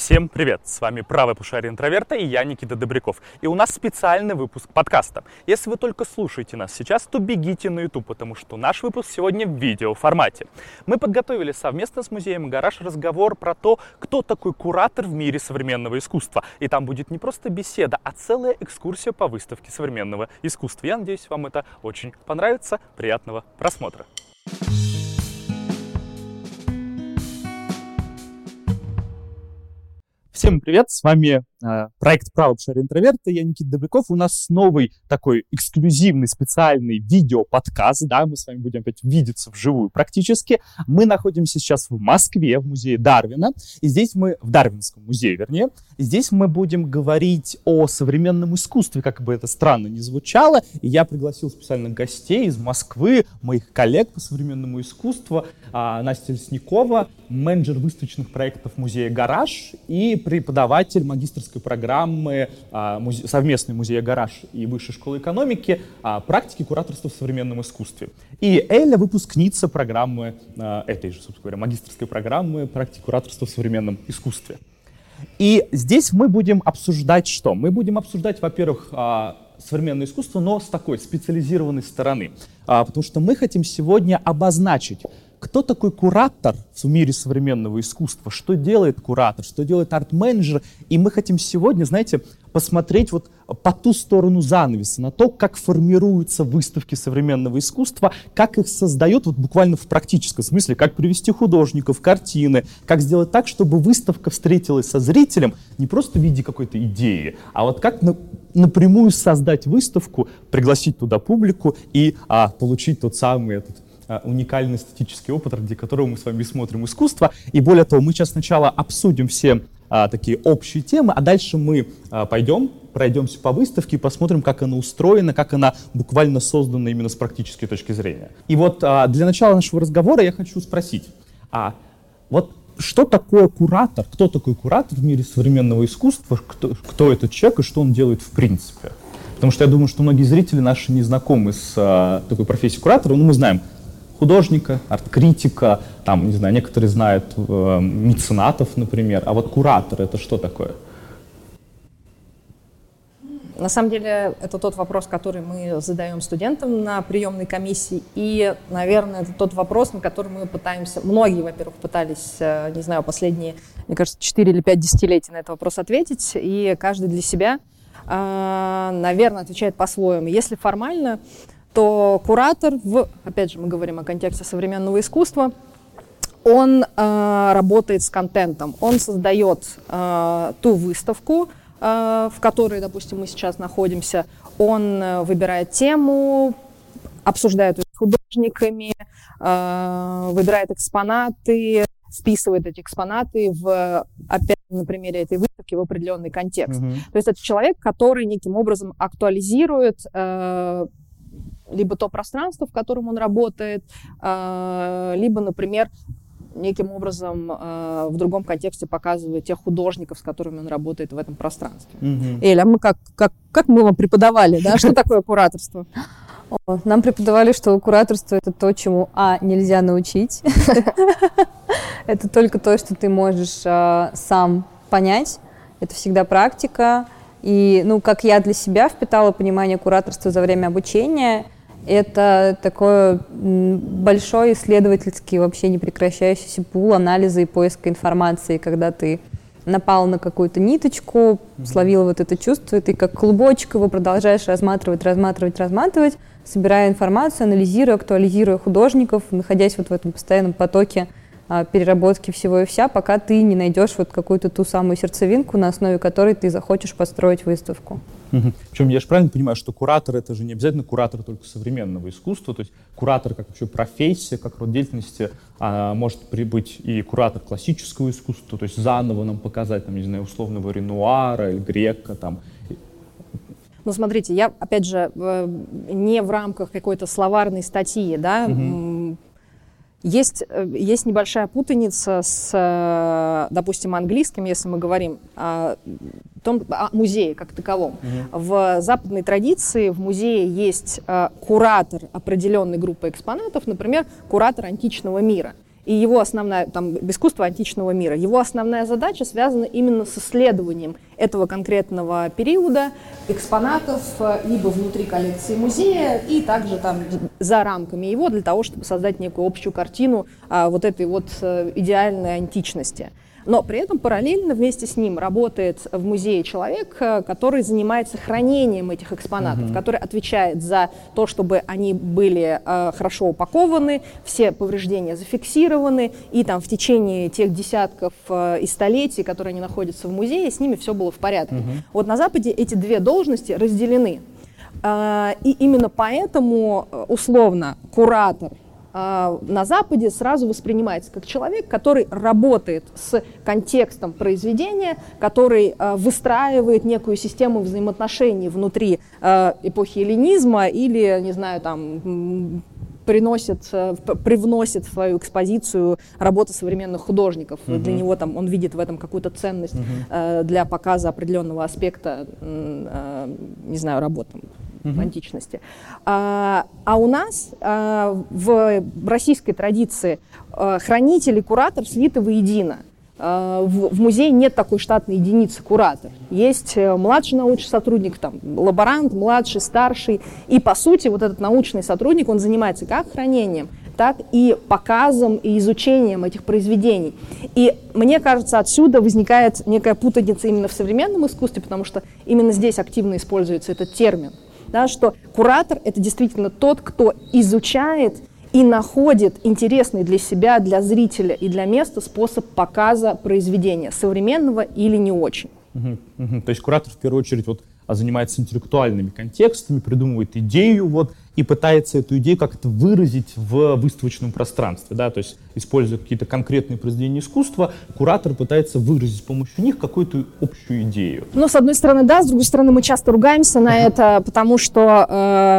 Всем привет! С вами «Правое полушарие интроверта» и я, Никита Добряков. И у нас специальный выпуск подкаста. Если вы только слушаете нас сейчас, то бегите на YouTube, потому что наш выпуск сегодня в видеоформате. Мы подготовили совместно с музеем «Гараж» разговор про то, кто такой куратор в мире современного искусства. И там будет не просто беседа, а целая экскурсия по выставке современного искусства. Я надеюсь, вам это очень понравится. Приятного просмотра! Всем привет, с вами проект «Правое полушарие интроверта», я Никита Добряков. У нас новый такой эксклюзивный специальный видео-подкаст, да, мы с вами будем опять видеться вживую практически. Мы находимся сейчас в Москве, в музее Дарвина, и здесь мы, в Дарвинском музее, вернее, и здесь мы будем говорить о современном искусстве, как бы это странно ни звучало, и я пригласил специально гостей из Москвы, моих коллег по современному искусству, Настя Лесникова, менеджер выставочных проектов музея «Гараж» и преподаватель магистерской программы совместной музея «Гараж» и Высшей школы экономики практики кураторства в современном искусстве. И Эля, выпускница программы, этой же, собственно говоря, магистерской программы практики кураторства в современном искусстве. И здесь мы будем обсуждать что? Мы будем обсуждать, во-первых, современное искусство, но с такой специализированной стороны. Потому что мы хотим сегодня обозначить, кто такой куратор в мире современного искусства, что делает куратор, что делает арт-менеджер. И мы хотим сегодня, знаете, посмотреть вот по ту сторону занавеса, на то, как формируются выставки современного искусства, как их создают вот буквально в практическом смысле, как привести художников, картины, как сделать так, чтобы выставка встретилась со зрителем не просто в виде какой-то идеи, а вот как напрямую создать выставку, пригласить туда публику и получить тот самый уникальный эстетический опыт, ради которого мы с вами смотрим искусство. И более того, мы сейчас сначала обсудим все такие общие темы, а дальше мы пройдемся по выставке и посмотрим, как она устроена, как она буквально создана именно с практической точки зрения. И вот для начала нашего разговора я хочу спросить, вот что такое куратор, кто такой куратор в мире современного искусства, кто этот человек и что он делает в принципе? Потому что я думаю, что многие зрители наши не знакомы с такой профессией куратора, но мы знаем художника, арт-критика, там, не знаю, некоторые знают меценатов, например. А вот куратор — это что такое? На самом деле, это тот вопрос, который мы задаем студентам на приемной комиссии. И, наверное, это тот вопрос, на который мы пытаемся... Многие, во-первых, пытались, не знаю, последние, мне кажется, 4 или 5 десятилетий на этот вопрос ответить. И каждый для себя, наверное, отвечает по-своему. Если формально, то куратор, опять же, мы говорим о контексте современного искусства, он работает с контентом, он создает ту выставку, в которой, допустим, мы сейчас находимся, он выбирает тему, обсуждает ее с художниками, выбирает экспонаты, вписывает эти экспонаты опять на примере этой выставки в определенный контекст. То есть это человек, который неким образом актуализирует либо то пространство, в котором он работает, либо, например, неким образом в другом контексте показывает тех художников, с которыми он работает в этом пространстве. Эля, мы как мы вам преподавали, да? Что такое кураторство? Нам преподавали, что кураторство — это то, чему нельзя научить. Это только то, что ты можешь сам понять. Это всегда практика. И, как я для себя впитала понимание кураторства за время обучения, это такой большой исследовательский, вообще не прекращающийся пул анализа и поиска информации, когда ты напал на какую-то ниточку, словил вот это чувство, и ты как клубочек его продолжаешь разматывать, собирая информацию, анализируя, актуализируя художников, находясь вот в этом постоянном потоке переработки всего и вся, пока ты не найдешь вот какую-то ту самую сердцевинку, на основе которой ты захочешь построить выставку. Причем я же правильно понимаю, что куратор — это же не обязательно куратор только современного искусства, то есть куратор как вообще профессия, как род деятельности, может быть и куратор классического искусства, то есть заново нам показать, там, не знаю, условного Ренуара или Грека, там. Ну, смотрите, я, опять же, не в рамках какой-то словарной статьи, да, Есть небольшая путаница с, допустим, английским, если мы говорим о музее как таковом. В западной традиции в музее есть куратор определенной группы экспонатов, например, куратор античного мира. и его основная, там, искусство античного мира, его основная задача связана именно с исследованием этого конкретного периода, экспонатов либо внутри коллекции музея и также там за рамками его для того, чтобы создать некую общую картину вот этой вот идеальной античности. Но при этом параллельно вместе с ним работает в музее человек, который занимается хранением этих экспонатов, который отвечает за то, чтобы они были хорошо упакованы, все повреждения зафиксированы, и там в течение тех десятков и столетий, которые они находятся в музее, с ними все было в порядке. Вот на Западе эти две должности разделены. И именно поэтому, условно, куратор на Западе сразу воспринимается как человек, который работает с контекстом произведения, который выстраивает некую систему взаимоотношений внутри эпохи эллинизма или, не знаю, там, привносит в свою экспозицию работы современных художников. Для него там, он видит в этом какую-то ценность для показа определенного аспекта, не знаю, работ в античности. А у нас в российской традиции хранитель и куратор слиты воедино. В музее нет такой штатной единицы куратор. Есть младший научный сотрудник, там, лаборант, младший, старший. И, по сути, вот этот научный сотрудник, он занимается как хранением, так и показом и изучением этих произведений. И мне кажется, отсюда возникает некая путаница именно в современном искусстве, потому что именно здесь активно используется этот термин. Да, что куратор — это действительно тот, кто изучает и находит интересный для себя, для зрителя и для места способ показа произведения, современного или не очень. То есть куратор в первую очередь вот занимается интеллектуальными контекстами, придумывает идею вот, и пытается эту идею как-то выразить в выставочном пространстве. Да? То есть, используя какие-то конкретные произведения искусства, куратор пытается выразить с помощью них какую-то общую идею. Ну, с одной стороны, да, с другой стороны, мы часто ругаемся на это, потому что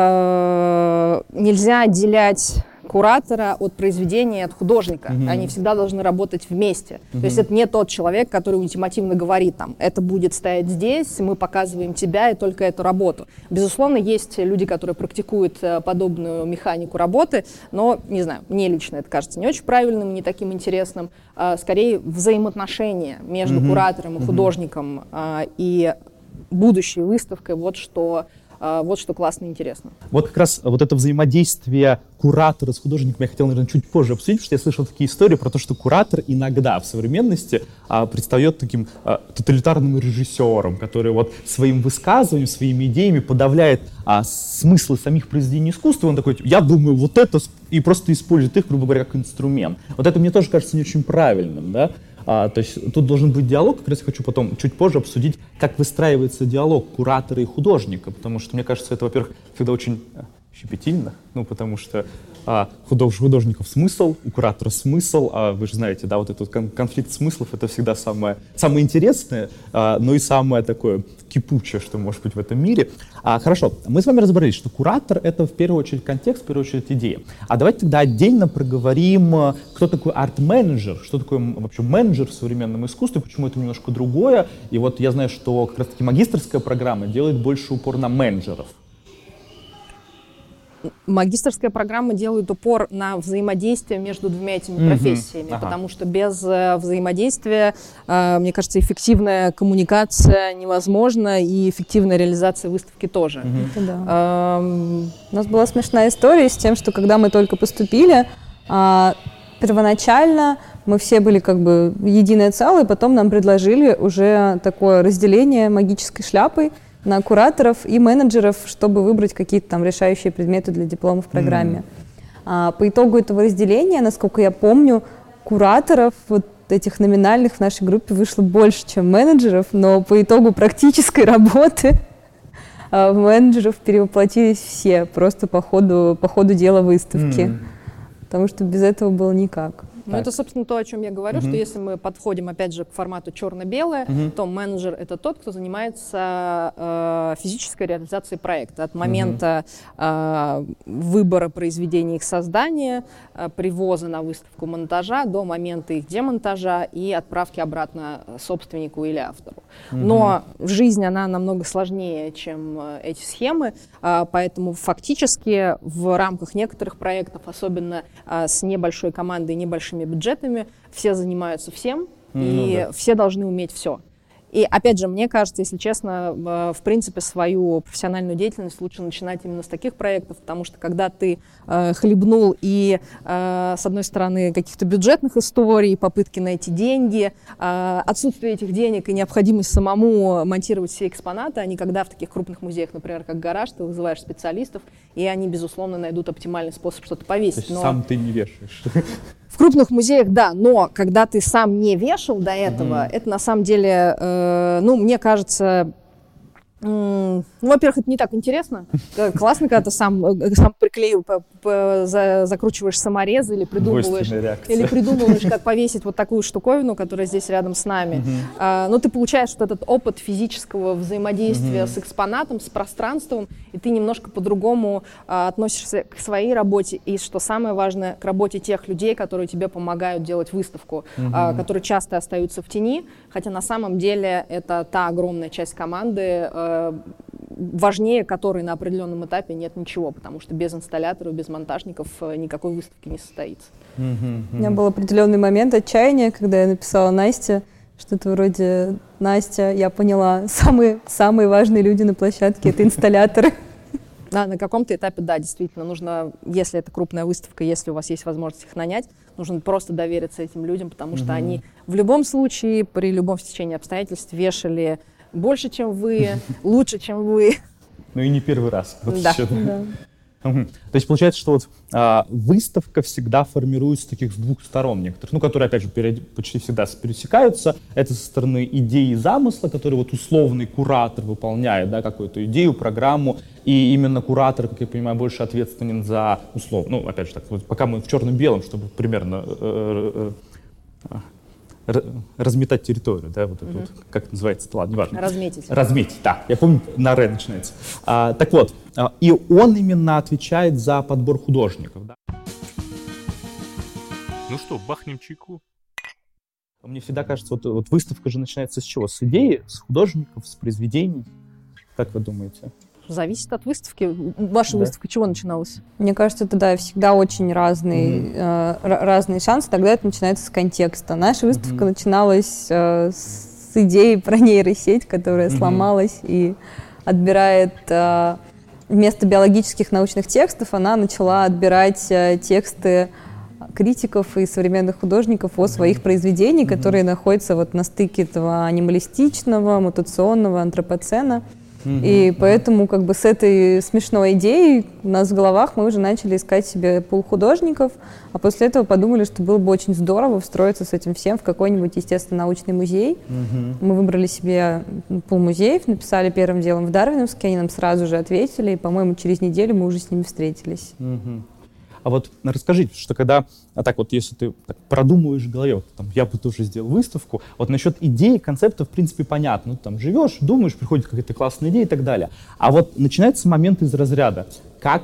нельзя отделять куратора от произведения, от художника. Они всегда должны работать вместе. То есть это не тот человек, который ультимативно говорит, там, это будет стоять здесь, мы показываем тебя и только эту работу. Безусловно, есть люди, которые практикуют подобную механику работы, но, не знаю, мне лично это кажется не очень правильным, не таким интересным. Скорее, взаимоотношения между куратором и художником и будущей выставкой, вот что классно и интересно. Вот как раз вот это взаимодействие куратора с художником я хотел, наверное, чуть позже обсудить, потому что я слышал такие истории про то, что куратор иногда в современности предстает таким тоталитарным режиссером, который вот своим высказыванием, своими идеями подавляет смыслы самих произведений искусства. Он такой, я думаю, вот это, и просто использует их, грубо говоря, как инструмент. Вот это мне тоже кажется не очень правильным, да? То есть тут должен быть диалог, как раз я хочу потом чуть позже обсудить, как выстраивается диалог куратора и художника, потому что, мне кажется, это, во-первых, всегда очень щепетильно, ну, потому что у художников смысл, у куратора смысл, вы же знаете, да, вот этот конфликт смыслов — это всегда самое интересное, но и самое такое кипучее, что может быть в этом мире. Хорошо, мы с вами разобрались, что куратор — это в первую очередь контекст, в первую очередь идея. А давайте тогда отдельно проговорим, кто такой арт-менеджер, что такое вообще менеджер в современном искусстве, почему это немножко другое. И вот я знаю, что как раз-таки магистерская программа делает больше упор на менеджеров. Магистерская программа делает упор на взаимодействие между двумя этими профессиями, потому что без взаимодействия, мне кажется, эффективная коммуникация невозможна, и эффективная реализация выставки тоже. Да. У нас была смешная история с тем, что когда мы только поступили, первоначально мы все были как бы единое целое, потом нам предложили уже такое разделение магической шляпой на кураторов и менеджеров, чтобы выбрать какие-то там решающие предметы для диплома в программе. По итогу этого разделения, насколько я помню, кураторов вот этих номинальных в нашей группе вышло больше, чем менеджеров, но по итогу практической работы в менеджеров перевоплотились все, просто по ходу дела выставки. Потому что без этого было никак. Ну, это, собственно, то, о чем я говорю, что если мы подходим, опять же, к формату черно-белое, то менеджер — это тот, кто занимается физической реализацией проекта. От момента выбора произведений, их создания, привоза на выставку монтажа до момента их демонтажа и отправки обратно собственнику или автору. Но жизнь, она намного сложнее, чем эти схемы, поэтому фактически в рамках некоторых проектов, особенно с небольшой командой, небольшими большими бюджетами, все занимаются всем, и все должны уметь все. И, опять же, мне кажется, если честно, в принципе, свою профессиональную деятельность лучше начинать именно с таких проектов, потому что когда ты хлебнул и, с одной стороны, каких-то бюджетных историй, попытки найти деньги, отсутствие этих денег и необходимость самому монтировать все экспонаты, а не когда в таких крупных музеях, например, как «Гараж», ты вызываешь специалистов, и они, безусловно, найдут оптимальный способ что-то повесить. То есть сам ты не вешаешь? В крупных музеях, да, но когда ты сам не вешал до этого, это на самом деле, мне кажется, во-первых, это не так интересно. Классно, когда ты сам приклеил, закручиваешь саморезы или придумываешь, как повесить вот такую штуковину, которая здесь рядом с нами. Но ты получаешь вот этот опыт физического взаимодействия с экспонатом, с пространством, и ты немножко по-другому относишься к своей работе и, что самое важное, к работе тех людей, которые тебе помогают делать выставку, которые часто остаются в тени, хотя на самом деле это та огромная часть команды, важнее которой на определенном этапе нет ничего, потому что без инсталляторов, без монтажников никакой выставки не состоится. У меня был определенный момент отчаяния, когда я написала Насте что-то вроде: «Настя, я поняла, самые важные люди на площадке — это инсталляторы». Да, на каком-то этапе, да, действительно, нужно, если это крупная выставка, если у вас есть возможность их нанять, нужно просто довериться этим людям, потому что они в любом случае, при любом стечении обстоятельств вешали больше, чем вы, лучше, чем вы. Ну и не первый раз. Вот да. То есть получается, что вот выставка всегда формируется с таких с двух сторон некоторых, которые, опять же, почти всегда пересекаются. Это со стороны идеи и замысла, который вот условный куратор выполняет, да, какую-то идею, программу, и именно куратор, как я понимаю, больше ответственен за условно, опять же, так, вот пока мы в черно-белом, чтобы примерно разметать территорию, да, вот это вот, как это называется, ладно, неважно. Разметить, да, я помню, на «Р» начинается. Так вот, и он именно отвечает за подбор художников, да. Ну что, бахнем чайку? Мне всегда кажется, вот выставка же начинается с чего? С идеи, с художников, с произведений. Как вы думаете? Зависит от выставки. Ваша выставка чего начиналась? Мне кажется, это, да, всегда очень разные шансы. Тогда это начинается с контекста. Наша выставка начиналась с идеи про нейросеть, которая сломалась и отбирает вместо биологических научных текстов, она начала отбирать тексты критиков и современных художников о своих произведениях, которые находятся вот на стыке этого анималистичного, мутационного, антропоцена. И поэтому как бы с этой смешной идеей у нас в головах мы уже начали искать себе пул художников, а после этого подумали, что было бы очень здорово встроиться с этим всем в какой-нибудь естественно-научный музей. Мы выбрали себе пул музеев, написали первым делом в Дарвиновске, они нам сразу же ответили, и, по-моему, через неделю мы уже с ними встретились. А вот расскажите, что когда, если ты продумываешь в голове, там, я бы тоже сделал выставку, вот насчет идей, концепта, в принципе, понятно. Ну, там, живешь, думаешь, приходит какая-то классная идея и так далее. А вот начинается момент из разряда, как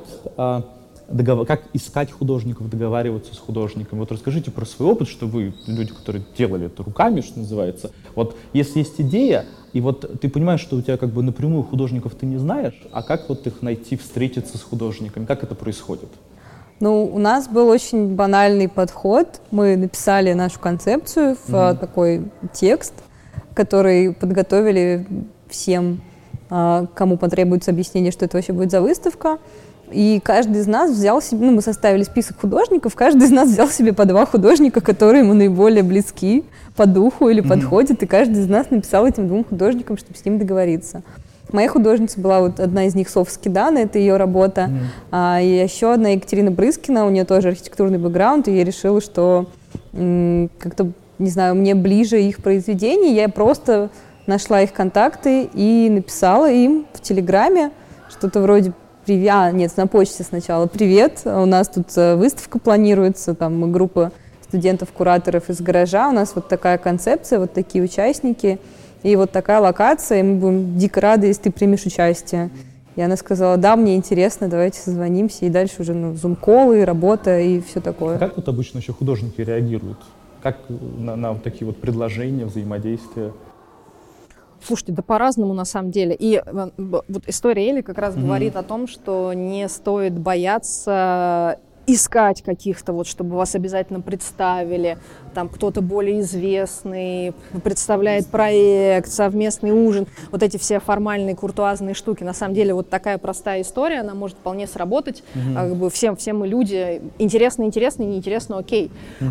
искать художников, договариваться с художниками. Вот расскажите про свой опыт, что вы, люди, которые делали это руками, что называется. Вот если есть идея, и вот ты понимаешь, что у тебя как бы напрямую художников ты не знаешь, а как вот их найти, встретиться с художниками, как это происходит? Ну, у нас был очень банальный подход. Мы написали нашу концепцию в такой текст, который подготовили всем, кому потребуется объяснение, что это вообще будет за выставка. И каждый из нас взял себе, мы составили список художников, каждый из нас взял себе по 2 художника, которые ему наиболее близки по духу или подходят, и каждый из нас написал этим 2 художникам, чтобы с ним договориться. Моя художница была вот одна из них, Софья Скидана, это ее работа. И еще одна Екатерина Брыскина, у нее тоже архитектурный бэкграунд, и я решила, что как-то, не знаю, мне ближе их произведения. Я просто нашла их контакты и написала им в Телеграме что-то вроде «Привет», на почте сначала «Привет, у нас тут выставка планируется, там мы группа студентов-кураторов из «Гаража», у нас вот такая концепция, вот такие участники». И вот такая локация, и мы будем дико рады, если ты примешь участие. И она сказала: да, мне интересно, давайте созвонимся. И дальше уже зум-коллы, работа и все такое. А как вот обычно еще художники реагируют? Как на вот такие вот предложения, взаимодействия? Слушайте, да по-разному на самом деле. И вот история Эли как раз говорит о том, что не стоит бояться искать каких-то, вот, чтобы вас обязательно представили, там кто-то более известный, представляет проект, совместный ужин, вот эти все формальные куртуазные штуки. На самом деле вот такая простая история, она может вполне сработать. Как бы все мы люди, интересно, неинтересно, окей.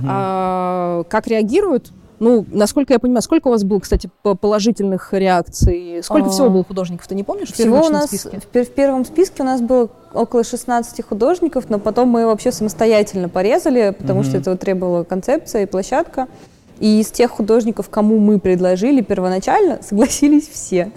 Как реагируют? Ну, насколько я понимаю, сколько у вас было, кстати, положительных реакций? Сколько всего было художников, ты не помнишь? Всего у нас в первом списке у нас было около 16 художников, но потом мы вообще самостоятельно порезали, потому что этого требовала концепция и площадка. И из тех художников, кому мы предложили первоначально, согласились все.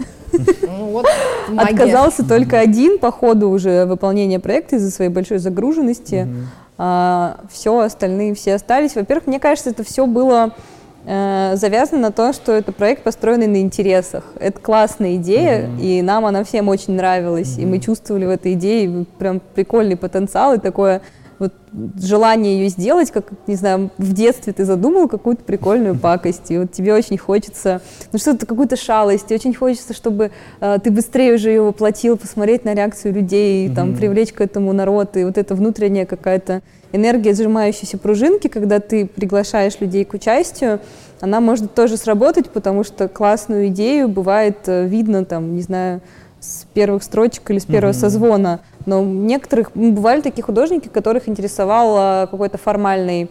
Отказался только один по ходу уже выполнения проекта из-за своей большой загруженности. Все, остальные все остались. Во-первых, мне кажется, это все было завязано на том, что это проект, построенный на интересах. Это классная идея, и нам она всем очень нравилась. И мы чувствовали в этой идее прям прикольный потенциал и такое вот желание ее сделать, как, не знаю, в детстве ты задумал какую-то прикольную пакость, и вот тебе очень хочется, ну что-то, какую-то шалость, и очень хочется, чтобы ты быстрее уже ее воплотил, посмотреть на реакцию людей, там, привлечь к этому народ, и вот эта внутренняя какая-то энергия сжимающейся пружинки, когда ты приглашаешь людей к участию, она может тоже сработать, потому что классную идею бывает видно, там, не знаю, с первых строчек или с первого созвона. Но некоторых бывали такие художники, которых интересовали формальные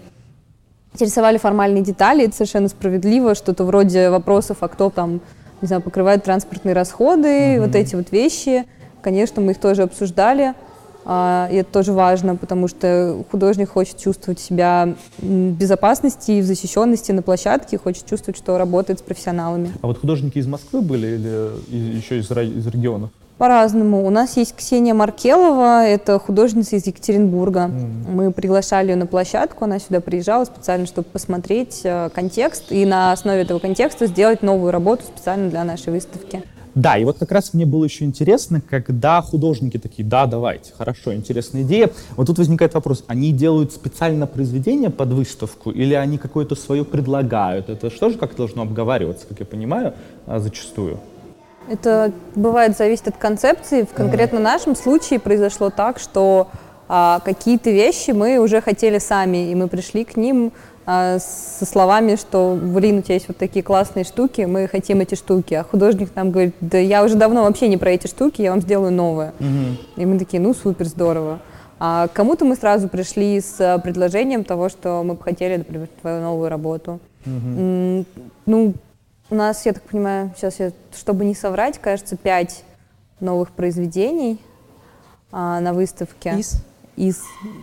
детали, это совершенно справедливо, что-то вроде вопросов, а кто там, не знаю, покрывает транспортные расходы, вот эти вот вещи. Конечно, мы их тоже обсуждали. И это тоже важно, потому что художник хочет чувствовать себя в безопасности и в защищенности на площадке, хочет чувствовать, что работает с профессионалами. А вот художники из Москвы были или еще из регионов? По-разному. У нас есть Ксения Маркелова, это художница из Екатеринбурга. Мы приглашали ее на площадку, она сюда приезжала специально, чтобы посмотреть контекст и на основе этого контекста сделать новую работу специально для нашей выставки. Да, и вот как раз мне было еще интересно, когда художники такие, да, давайте, хорошо, интересная идея. Вот тут возникает вопрос, они делают специально произведение под выставку или они какое-то свое предлагают? Это что же как должно обговариваться, как я понимаю, зачастую? Это бывает зависит от концепции. В конкретно нашем случае произошло так, что какие-то вещи мы уже хотели сами, и мы пришли к ним со словами, что, блин, у тебя есть вот такие классные штуки, мы хотим эти штуки. А художник нам говорит, да я уже давно вообще не про эти штуки, я вам сделаю новое. И мы такие, ну супер, здорово. А кому-то мы сразу пришли с предложением того, что мы бы хотели, например, твою новую работу. Ну, у нас, я так понимаю, сейчас, чтобы не соврать, кажется, 5 новых произведений на выставке. Из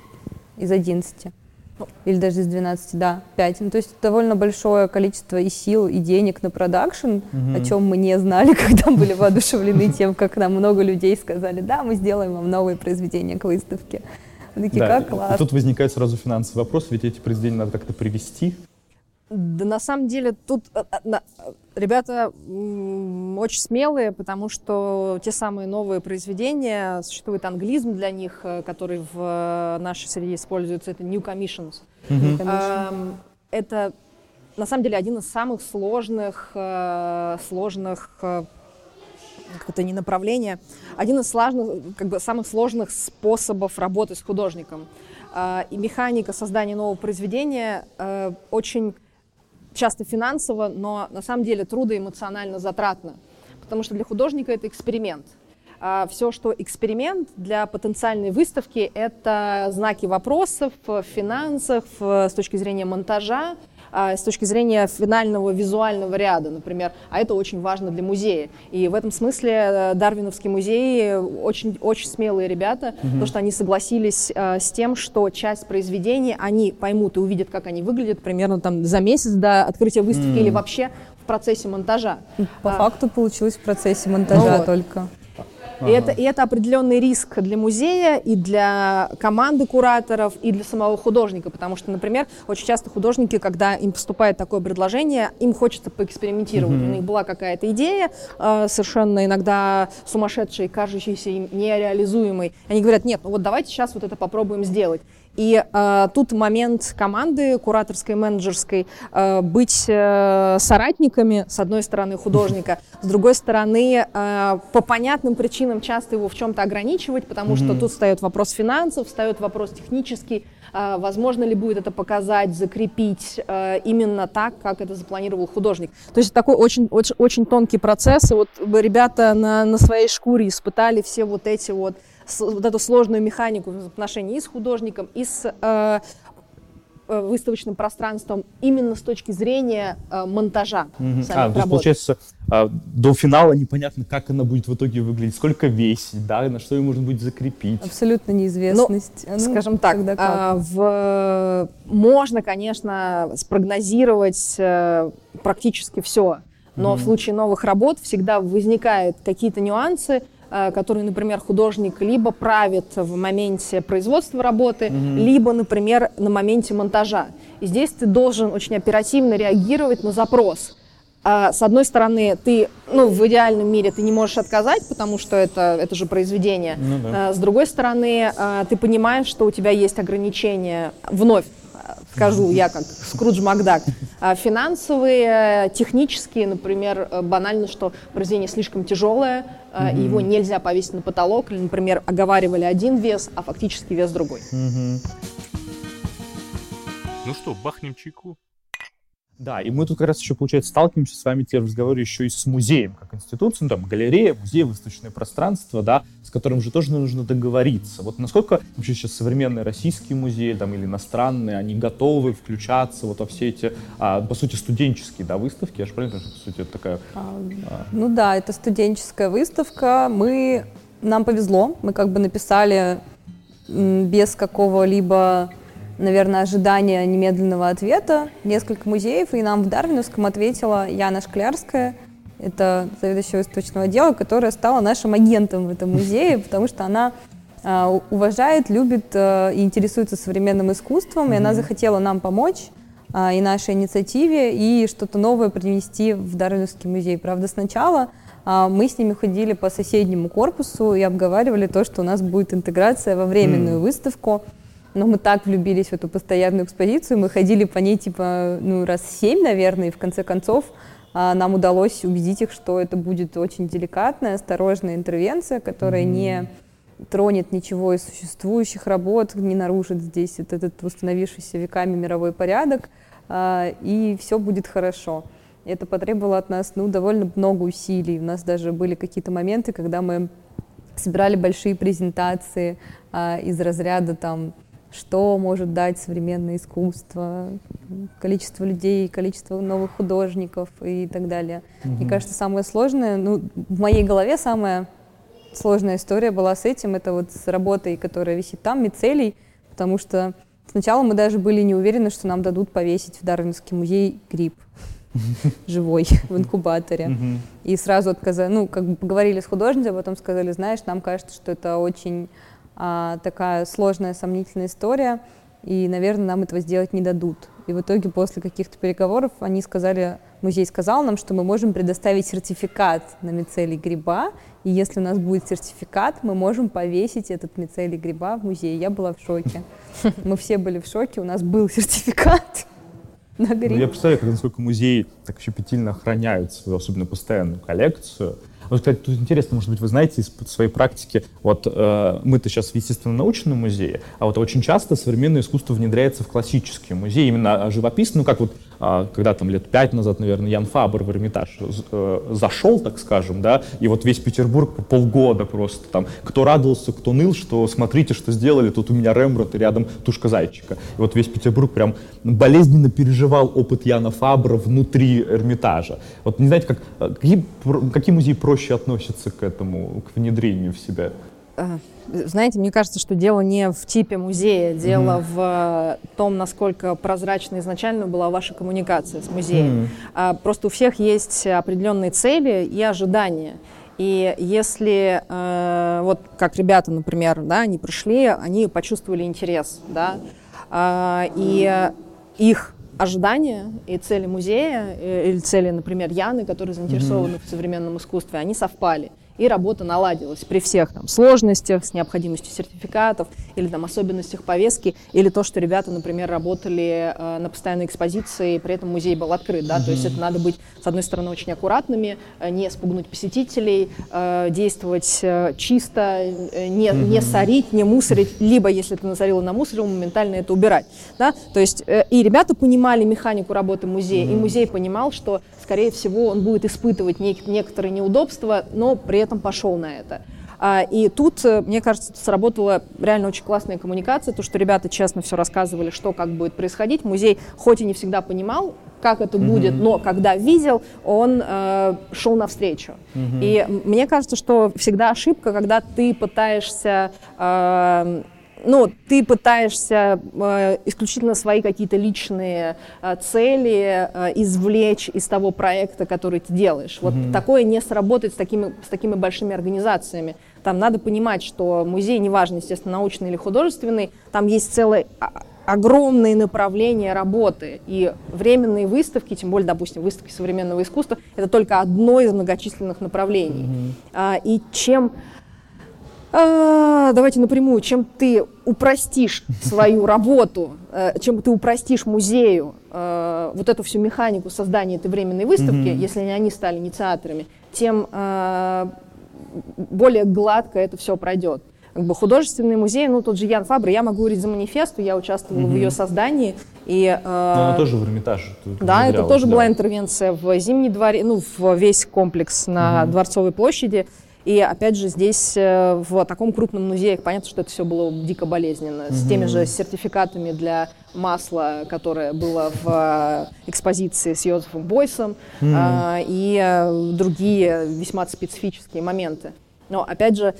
11. Или даже из 12, да, 5. Ну, то есть довольно большое количество и сил, и денег на продакшн, о чем мы не знали, когда были воодушевлены тем, как нам много людей сказали, да, мы сделаем вам новые произведения к выставке. Мы такие, да, как классно. Тут возникает сразу финансовый вопрос, ведь эти произведения надо как-то привести. Да, на самом деле, тут ребята очень смелые, потому что те самые новые произведения, существует англизм для них, который в нашей среде используется, это new commissions. Это, на самом деле, один из самых сложных, как это не направление, один из самых сложных способов работы с художником. И механика создания нового произведения очень часто финансово, но на самом деле трудоэмоционально затратно, потому что для художника это эксперимент. Все, что эксперимент для потенциальной выставки, это знаки вопросов в финансах, с точки зрения монтажа, с точки зрения финального визуального ряда, например. А это очень важно для музея. И в этом смысле Дарвиновский музей очень, очень смелые ребята, потому что они согласились с тем, что часть произведений они поймут и увидят, как они выглядят примерно там за месяц до открытия выставки или вообще в процессе монтажа. По факту получилось в процессе монтажа только. И это определенный риск для музея, и для команды кураторов, и для самого художника, потому что, например, очень часто художники, когда им поступает такое предложение, им хочется поэкспериментировать. У них была какая-то идея, совершенно иногда сумасшедшая, кажущаяся им нереализуемой. Они говорят, нет, ну вот давайте сейчас вот это попробуем сделать. И тут момент команды кураторской, менеджерской, быть соратниками, с одной стороны, художника, с другой стороны, по понятным причинам часто его в чем-то ограничивать, потому что тут встает вопрос финансов, встает вопрос технический, возможно ли будет это показать, закрепить именно так, как это запланировал художник. То есть такой очень тонкий процесс, и вот ребята на своей шкуре испытали все вот эту сложную механику взаимоотношений и с художником, и с выставочным пространством именно с точки зрения монтажа. То есть, получается, до финала непонятно, как она будет в итоге выглядеть, сколько весить, да, на что ее можно будет закрепить. Абсолютно неизвестность. Скажем так, можно, конечно, спрогнозировать практически все, но в случае новых работ всегда возникают какие-то нюансы, которые, например, художник либо правит в моменте производства работы, либо, например, на моменте монтажа. И здесь ты должен очень оперативно реагировать на запрос. С одной стороны, ты, в идеальном мире ты не можешь отказать, потому что это же произведение. С другой стороны, ты понимаешь, что у тебя есть ограничения. Вновь скажу я, как Скрудж Макдак. Финансовые, технические, например, банально, что произведение слишком тяжелое, и его нельзя повесить на потолок, или, например, оговаривали один вес, а фактически вес другой. Ну что, бахнем чайку? Да, и мы тут как раз еще, получается, сталкиваемся с вами в разговоре еще и с музеем, как институцией, там, галерея, музей, выставочное пространство, да, с которым же тоже нужно договориться. Вот насколько вообще сейчас современные российские музеи, там, или иностранные, они готовы включаться вот во все эти, по сути, студенческие, да, выставки? Я же правильно понимаю, что, по сути, это такая... Ну да, это студенческая выставка. Нам повезло, мы как бы написали без какого-либо, наверное, ожидания немедленного ответа несколько музеев, и нам в Дарвиновском ответила Яна Шклярская, это заведующая выставочного отдела, которая стала нашим агентом в этом музее, потому что она уважает, любит и интересуется современным искусством, и она захотела нам помочь и нашей инициативе, и что-то новое принести в Дарвиновский музей. Правда, сначала мы с ними ходили по соседнему корпусу и обговаривали то, что у нас будет интеграция во временную выставку. Но мы так влюбились в эту постоянную экспозицию, мы ходили по ней раз 7, наверное, и в конце концов нам удалось убедить их, что это будет очень деликатная, осторожная интервенция, которая не тронет ничего из существующих работ, не нарушит здесь этот установившийся веками мировой порядок, и все будет хорошо. Это потребовало от нас довольно много усилий. У нас даже были какие-то моменты, когда мы собирали большие презентации из разряда что может дать современное искусство, количество людей, количество новых художников и так далее. Мне кажется, самое сложное, в моей голове самая сложная история была с этим, это вот с работой, которая висит там, мицелий, потому что сначала мы даже были не уверены, что нам дадут повесить в Дарвиновский музей гриб живой в инкубаторе. И сразу отказали, как бы поговорили с художницей, а потом сказали, знаешь, нам кажется, что это очень такая сложная, сомнительная история, и, наверное, нам этого сделать не дадут. И в итоге после каких-то переговоров музей сказал нам, что мы можем предоставить сертификат на мицелий гриба, и если у нас будет сертификат, мы можем повесить этот мицелий гриба в музее. Я была в шоке. Мы все были в шоке, у нас был сертификат на гриб. Я представляю, насколько музеи так щепетильно охраняют свою, особенно постоянную коллекцию. Вот, кстати, тут интересно, может быть, вы знаете из своей практики, мы-то сейчас в естественно-научном музее, а вот очень часто современное искусство внедряется в классические музеи, именно живописно, когда лет 5 назад, наверное, Ян Фабр в Эрмитаж зашел, так скажем, да, и вот весь Петербург по полгода просто кто радовался, кто ныл, что смотрите, что сделали, тут у меня Рембрандт и рядом тушка зайчика. И вот весь Петербург прям болезненно переживал опыт Яна Фабра внутри Эрмитажа. Вот не знаете, какие музеи проще относятся к этому, к внедрению в себя? Знаете, мне кажется, что дело не в типе музея, дело в том, насколько прозрачна изначально была ваша коммуникация с музеем. Просто у всех есть определенные цели и ожидания. И если, как ребята, например, они пришли, они почувствовали интерес, и их ожидания и цели музея, или цели, например, Яны, которые заинтересованы в современном искусстве, они совпали. и работа наладилась при всех там сложностях, с необходимостью сертификатов или там особенностях повестки, или то, что ребята, например, работали на постоянной экспозиции, при этом музей был открыт, да, то есть это надо быть, с одной стороны, очень аккуратными, не спугнуть посетителей, действовать чисто, не сорить, не мусорить, либо, если ты насорил и намусорил, моментально это убирать, да, то есть и ребята понимали механику работы музея, и музей понимал, что, скорее всего, он будет испытывать некоторые неудобства, но при этом пошел на это. И тут, мне кажется, сработала реально очень классная коммуникация, то, что ребята честно все рассказывали, что как будет происходить. Музей хоть и не всегда понимал, как это будет, но когда видел, он шел навстречу. И мне кажется, что всегда ошибка, когда ты пытаешься... ты пытаешься исключительно свои какие-то личные цели извлечь из того проекта, который ты делаешь. Вот такое не сработает с такими большими организациями. Там надо понимать, что музей, неважно, естественно, научный или художественный, там есть целое огромные направления работы. И временные выставки, тем более, допустим, выставки современного искусства, это только одно из многочисленных направлений. И чем... Давайте напрямую, чем ты упростишь свою работу, чем ты упростишь музею вот эту всю механику создания этой временной выставки, если они стали инициаторами, тем более гладко это все пройдет. Как бы художественный музей, тот же Ян Фабре, я могу говорить за Манифесту, я участвовала в ее создании. Она тоже в Эрмитаже. Да, это тоже была интервенция в Зимний дворе, в весь комплекс на Дворцовой площади. И опять же здесь, в таком крупном музее, понятно, что это все было дико болезненно. С теми же сертификатами для масла, которое было в экспозиции с Йозефом Бойсом, и другие весьма специфические моменты. Но опять же,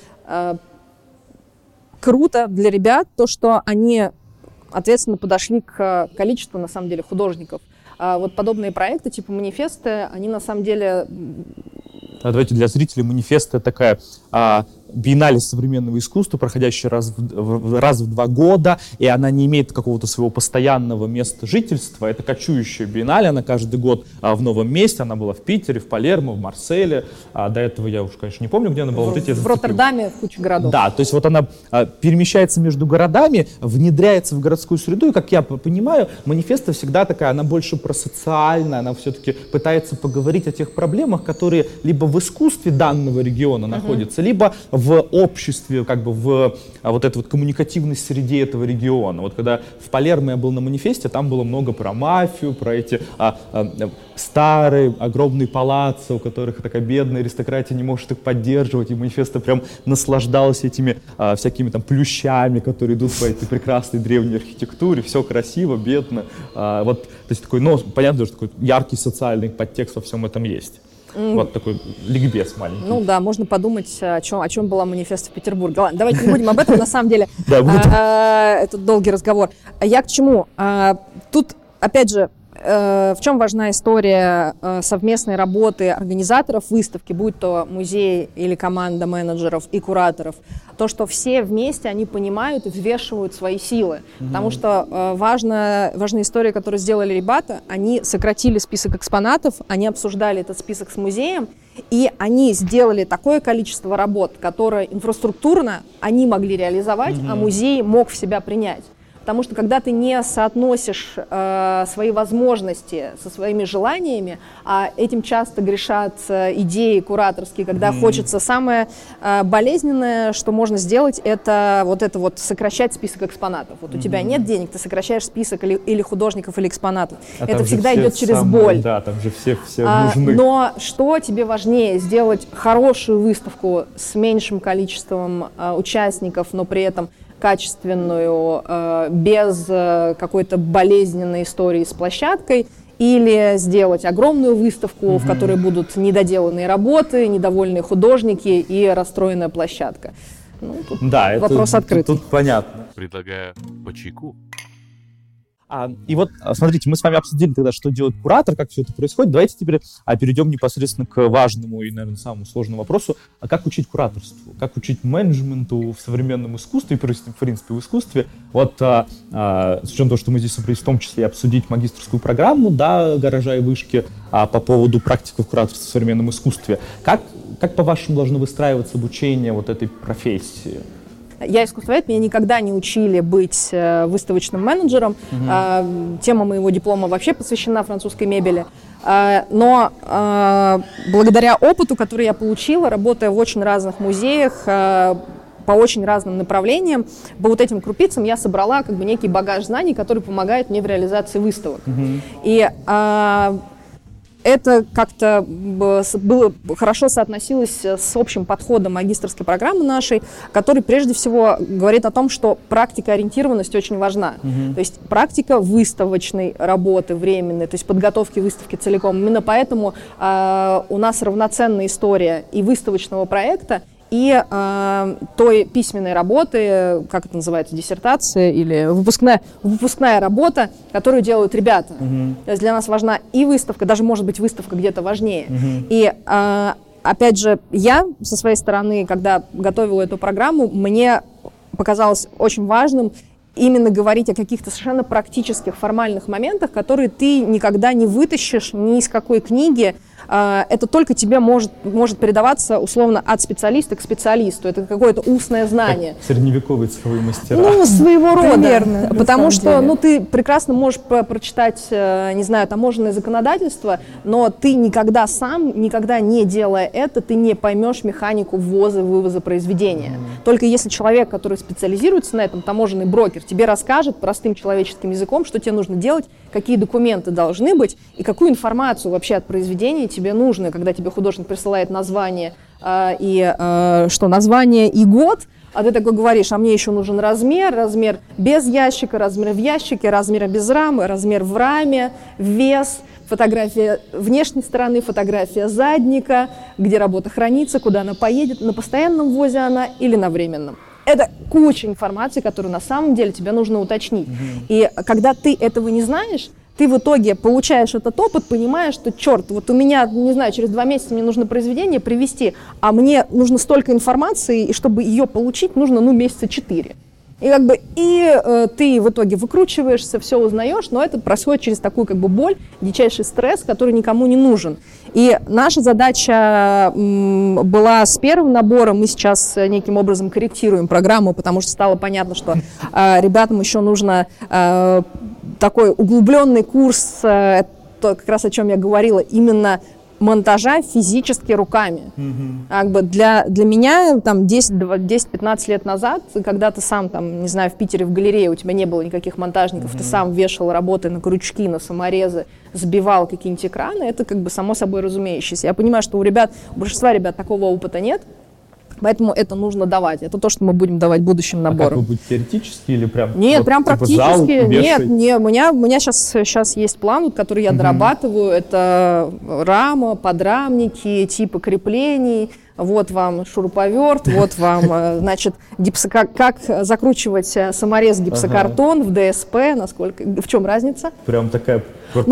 круто для ребят то, что они ответственно подошли к количеству, на самом деле, художников. Вот подобные проекты, типа Манифеста, они на самом деле... Давайте для зрителей Манифеста такая биеннале современного искусства, проходящая раз в 2 года, и она не имеет какого-то своего постоянного места жительства. Это кочующая биеннале, она каждый год в новом месте. Она была в Питере, в Палермо, в Марселе. До этого я уж, конечно, не помню, где она была. В Роттердаме, в куче городов. Да, то есть вот она перемещается между городами, внедряется в городскую среду, и, как я понимаю, Манифеста всегда такая, она больше про социальное, она все-таки пытается поговорить о тех проблемах, которые либо в искусстве данного региона находятся, либо в обществе, как бы в вот этой вот коммуникативной среде этого региона. Вот когда в Палермо я был на Манифесте, там было много про мафию, про эти старые огромные палаццо, у которых такая бедная аристократия не может их поддерживать, и Манифесто прям наслаждался этими всякими там плющами, которые идут по этой прекрасной древней архитектуре, все красиво, бедно. Вот, то есть такой, понятно, что такой яркий социальный подтекст во всем этом есть. Вот такой ликбез маленький. Да, можно подумать, о чем была Манифеста в Петербурге. Ладно, давайте не будем об этом, на самом деле. Это долгий разговор. Я к чему? Тут, опять же, в чем важна история совместной работы организаторов выставки, будь то музей или команда менеджеров и кураторов, то, что все вместе, они понимают и взвешивают свои силы. Потому что важная история, которую сделали ребята, они сократили список экспонатов, они обсуждали этот список с музеем, и они сделали такое количество работ, которое инфраструктурно они могли реализовать, а музей мог в себя принять. Потому что когда ты не соотносишь свои возможности со своими желаниями, а этим часто грешат идеи кураторские, когда хочется самое болезненное, что можно сделать, это вот сокращать список экспонатов. Вот у тебя нет денег, ты сокращаешь список или художников, или экспонатов. Это всегда идет через боль. Да, там же все нужны. Но что тебе важнее? Сделать хорошую выставку с меньшим количеством участников, но при этом качественную, без какой-то болезненной истории с площадкой, или сделать огромную выставку, в которой будут недоделанные работы, недовольные художники и расстроенная площадка. Тут вопрос открытый. Тут понятно. Предлагаю по чайку. И вот, смотрите, мы с вами обсудили тогда, что делает куратор, как все это происходит. Давайте теперь перейдем непосредственно к важному и, наверное, самому сложному вопросу. А как учить кураторству? Как учить менеджменту в современном искусстве, в принципе, в искусстве? Вот с учетом того, что мы здесь собрались в том числе обсудить магистерскую программу, да, «Гаража» и «Вышки» по поводу практики в кураторстве в современном искусстве. Как по-вашему, должно выстраиваться обучение вот этой профессии? Я искусствовед, меня никогда не учили быть выставочным менеджером. Тема моего диплома вообще посвящена французской мебели. Но благодаря опыту, который я получила, работая в очень разных музеях, по очень разным направлениям, по вот этим крупицам я собрала как бы некий багаж знаний, который помогает мне в реализации выставок. И это как-то было хорошо соотносилось с общим подходом магистерской программы нашей, который прежде всего говорит о том, что практикоориентированность очень важна. То есть практика выставочной работы временной, то есть подготовки выставки целиком. Именно поэтому у нас равноценная история и выставочного проекта, и той письменной работы, как это называется, диссертация или выпускная работа, которую делают ребята. То есть для нас важна и выставка, даже может быть выставка где-то важнее. И опять же, я со своей стороны, когда готовила эту программу, мне показалось очень важным именно говорить о каких-то совершенно практических, формальных моментах, которые ты никогда не вытащишь ни из какой книги. Это только тебе может передаваться условно от специалиста к специалисту. Это какое-то устное знание. Как средневековые цеховые мастера. Ну, своего рода. Примерно, потому что ты прекрасно можешь прочитать, не знаю, таможенное законодательство, но ты никогда не делая это, ты не поймешь механику ввоза и вывоза произведения. Только если человек, который специализируется на этом, таможенный брокер, тебе расскажет простым человеческим языком, что тебе нужно делать, какие документы должны быть и какую информацию вообще от произведения тебе нужно, когда тебе художник присылает название название и год, а ты такой говоришь, а мне еще нужен размер без ящика, размер в ящике, размер без рамы, размер в раме, вес, фотография внешней стороны, фотография задника, где работа хранится, куда она поедет, на постоянном ввозе она или на временном. Это куча информации, которую на самом деле тебе нужно уточнить. И когда ты этого не знаешь, ты в итоге получаешь этот опыт, понимаешь, что, черт, вот у меня, не знаю, через 2 месяца мне нужно произведение привести, а мне нужно столько информации, и чтобы ее получить, нужно, месяца 4. И ты в итоге выкручиваешься, все узнаешь, но это происходит через такую боль, дичайший стресс, который никому не нужен. И наша задача была с первым набором, мы сейчас неким образом корректируем программу, потому что стало понятно, что ребятам еще нужно такой углубленный курс, то как раз о чем я говорила, именно монтажа физически руками. Для меня 10-15 лет назад, когда ты сам не знаю, в Питере в галерее у тебя не было никаких монтажников, ты сам вешал работы на крючки, на саморезы, сбивал какие-нибудь экраны, это само собой разумеющееся. Я понимаю, что у большинства ребят такого опыта нет, поэтому это нужно давать. Это то, что мы будем давать будущим наборам. А как вы будете, теоретически или прям? Нет, прям практически. Нет, у меня сейчас есть план, который я дорабатываю. Это рама, подрамники, типы креплений. Вот вам шуруповерт, вот вам, как закручивать саморез гипсокартон в ДСП, в чем разница? Прям такая...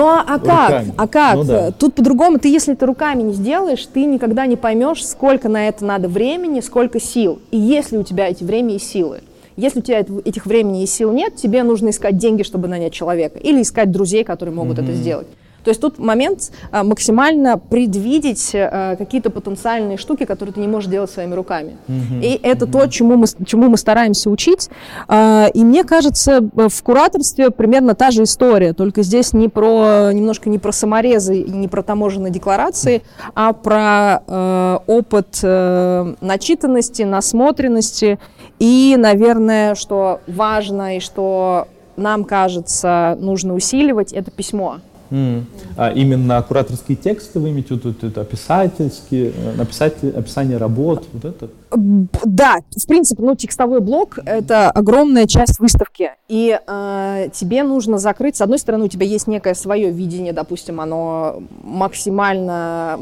как? Ну, да. Тут по-другому, если ты руками не сделаешь, ты никогда не поймешь, сколько на это надо времени, сколько сил. И есть ли у тебя эти время и силы? Если у тебя этих времени и сил нет, тебе нужно искать деньги, чтобы нанять человека, или искать друзей, которые могут это сделать. То есть тут момент максимально предвидеть какие-то потенциальные штуки, которые ты не можешь делать своими руками. И это то, чему мы стараемся учить. И мне кажется, в кураторстве примерно та же история, только здесь немножко не про саморезы и не про таможенные декларации, а про опыт начитанности, насмотренности и, наверное, что важно и что нам кажется нужно усиливать, это письмо. А именно кураторские тексты вы имеете в виду, это описательские, описание работ, вот это? Да, в принципе, текстовой блок — это огромная часть выставки, и тебе нужно закрыть, с одной стороны, у тебя есть некое свое видение, допустим, оно максимально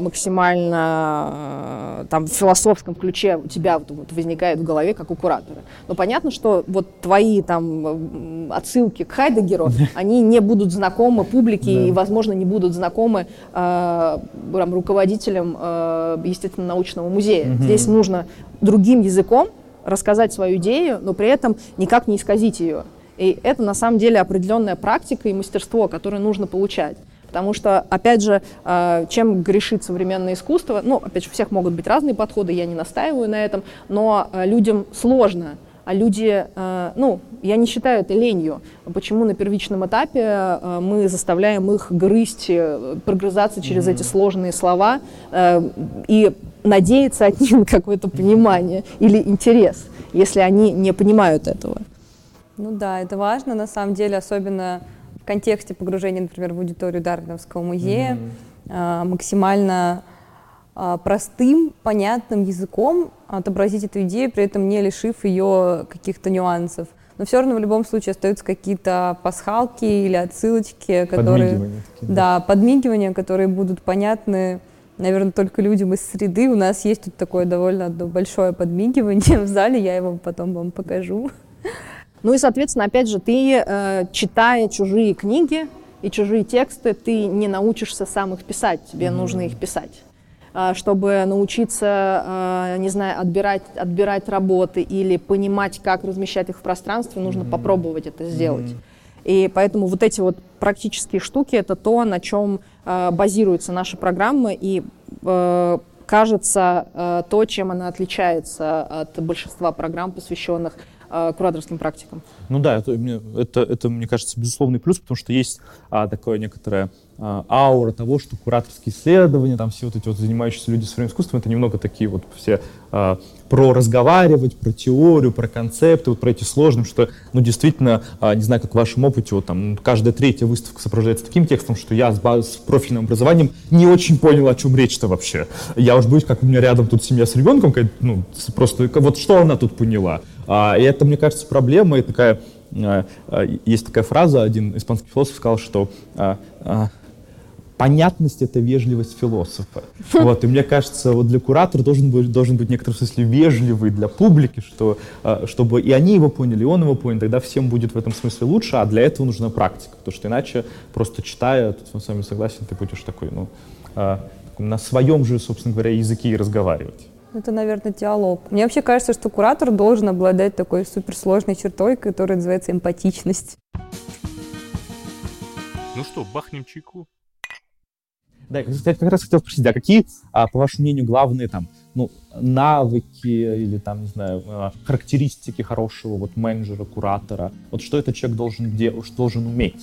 там в философском ключе у тебя вот возникает в голове, как у куратора. Но понятно, что вот твои там отсылки к Хайдеггеру, они не будут знакомы публике и, возможно, не будут знакомы руководителям естественно-научного музея. Здесь нужно другим языком рассказать свою идею, но при этом никак не исказить ее. И это на самом деле определенная практика и мастерство, которое нужно получать. Потому что, опять же, чем грешит современное искусство, опять же, у всех могут быть разные подходы, я не настаиваю на этом, но людям сложно. А люди, я не считаю это ленью. Почему на первичном этапе мы заставляем их грызть, прогрызаться через эти сложные слова и надеяться от них на какое-то понимание или интерес, если они не понимают этого? Ну да, это важно, на самом деле, особенно в контексте погружения, например, в аудиторию Дарвиновского музея, максимально простым, понятным языком отобразить эту идею, при этом не лишив ее каких-то нюансов. Но все равно в любом случае остаются какие-то пасхалки или отсылочки, которые... Подмигивания, которые будут понятны, наверное, только людям из среды. У нас есть тут такое довольно большое подмигивание в зале, я его потом вам покажу. И, соответственно, опять же, ты, читая чужие книги и чужие тексты, ты не научишься сам их писать, тебе нужно их писать. Чтобы научиться, не знаю, отбирать работы или понимать, как размещать их в пространстве, нужно попробовать это сделать. И поэтому вот эти вот практические штуки — это то, на чем базируется наша программа, и кажется, то, чем она отличается от большинства программ, посвященных кураторским практикам. Это, мне кажется, безусловный плюс, потому что есть такая некоторая аура того, что кураторские исследования, там все вот эти вот занимающиеся люди современным искусством, это немного такие вот все про разговаривать, про теорию, про концепты, вот про эти сложные, что, действительно, не знаю, как в вашем опыте, вот там каждая третья выставка сопровождается таким текстом, что я с профильным образованием не очень понял, о чем речь-то вообще. Я уж боюсь, как у меня рядом тут семья с ребенком, просто вот что она тут поняла. И это, мне кажется, проблема, и такая, есть такая фраза, один испанский философ сказал, что понятность — это вежливость философа. И мне кажется, вот для куратора должен быть в некотором смысле вежливый для публики, чтобы и они его поняли, и он его понял, тогда всем будет в этом смысле лучше, а для этого нужна практика, потому что иначе, просто читая, тут я с вами согласен, ты будешь такой, на своем же, собственно говоря, языке и разговаривать. Это, наверное, диалог. Мне вообще кажется, что куратор должен обладать такой суперсложной чертой, которая называется эмпатичность. Ну что, бахнем чайку? Да, я как раз хотел спросить, какие, по вашему мнению, главные навыки или не знаю, характеристики хорошего менеджера, куратора? Вот что этот человек должен уметь?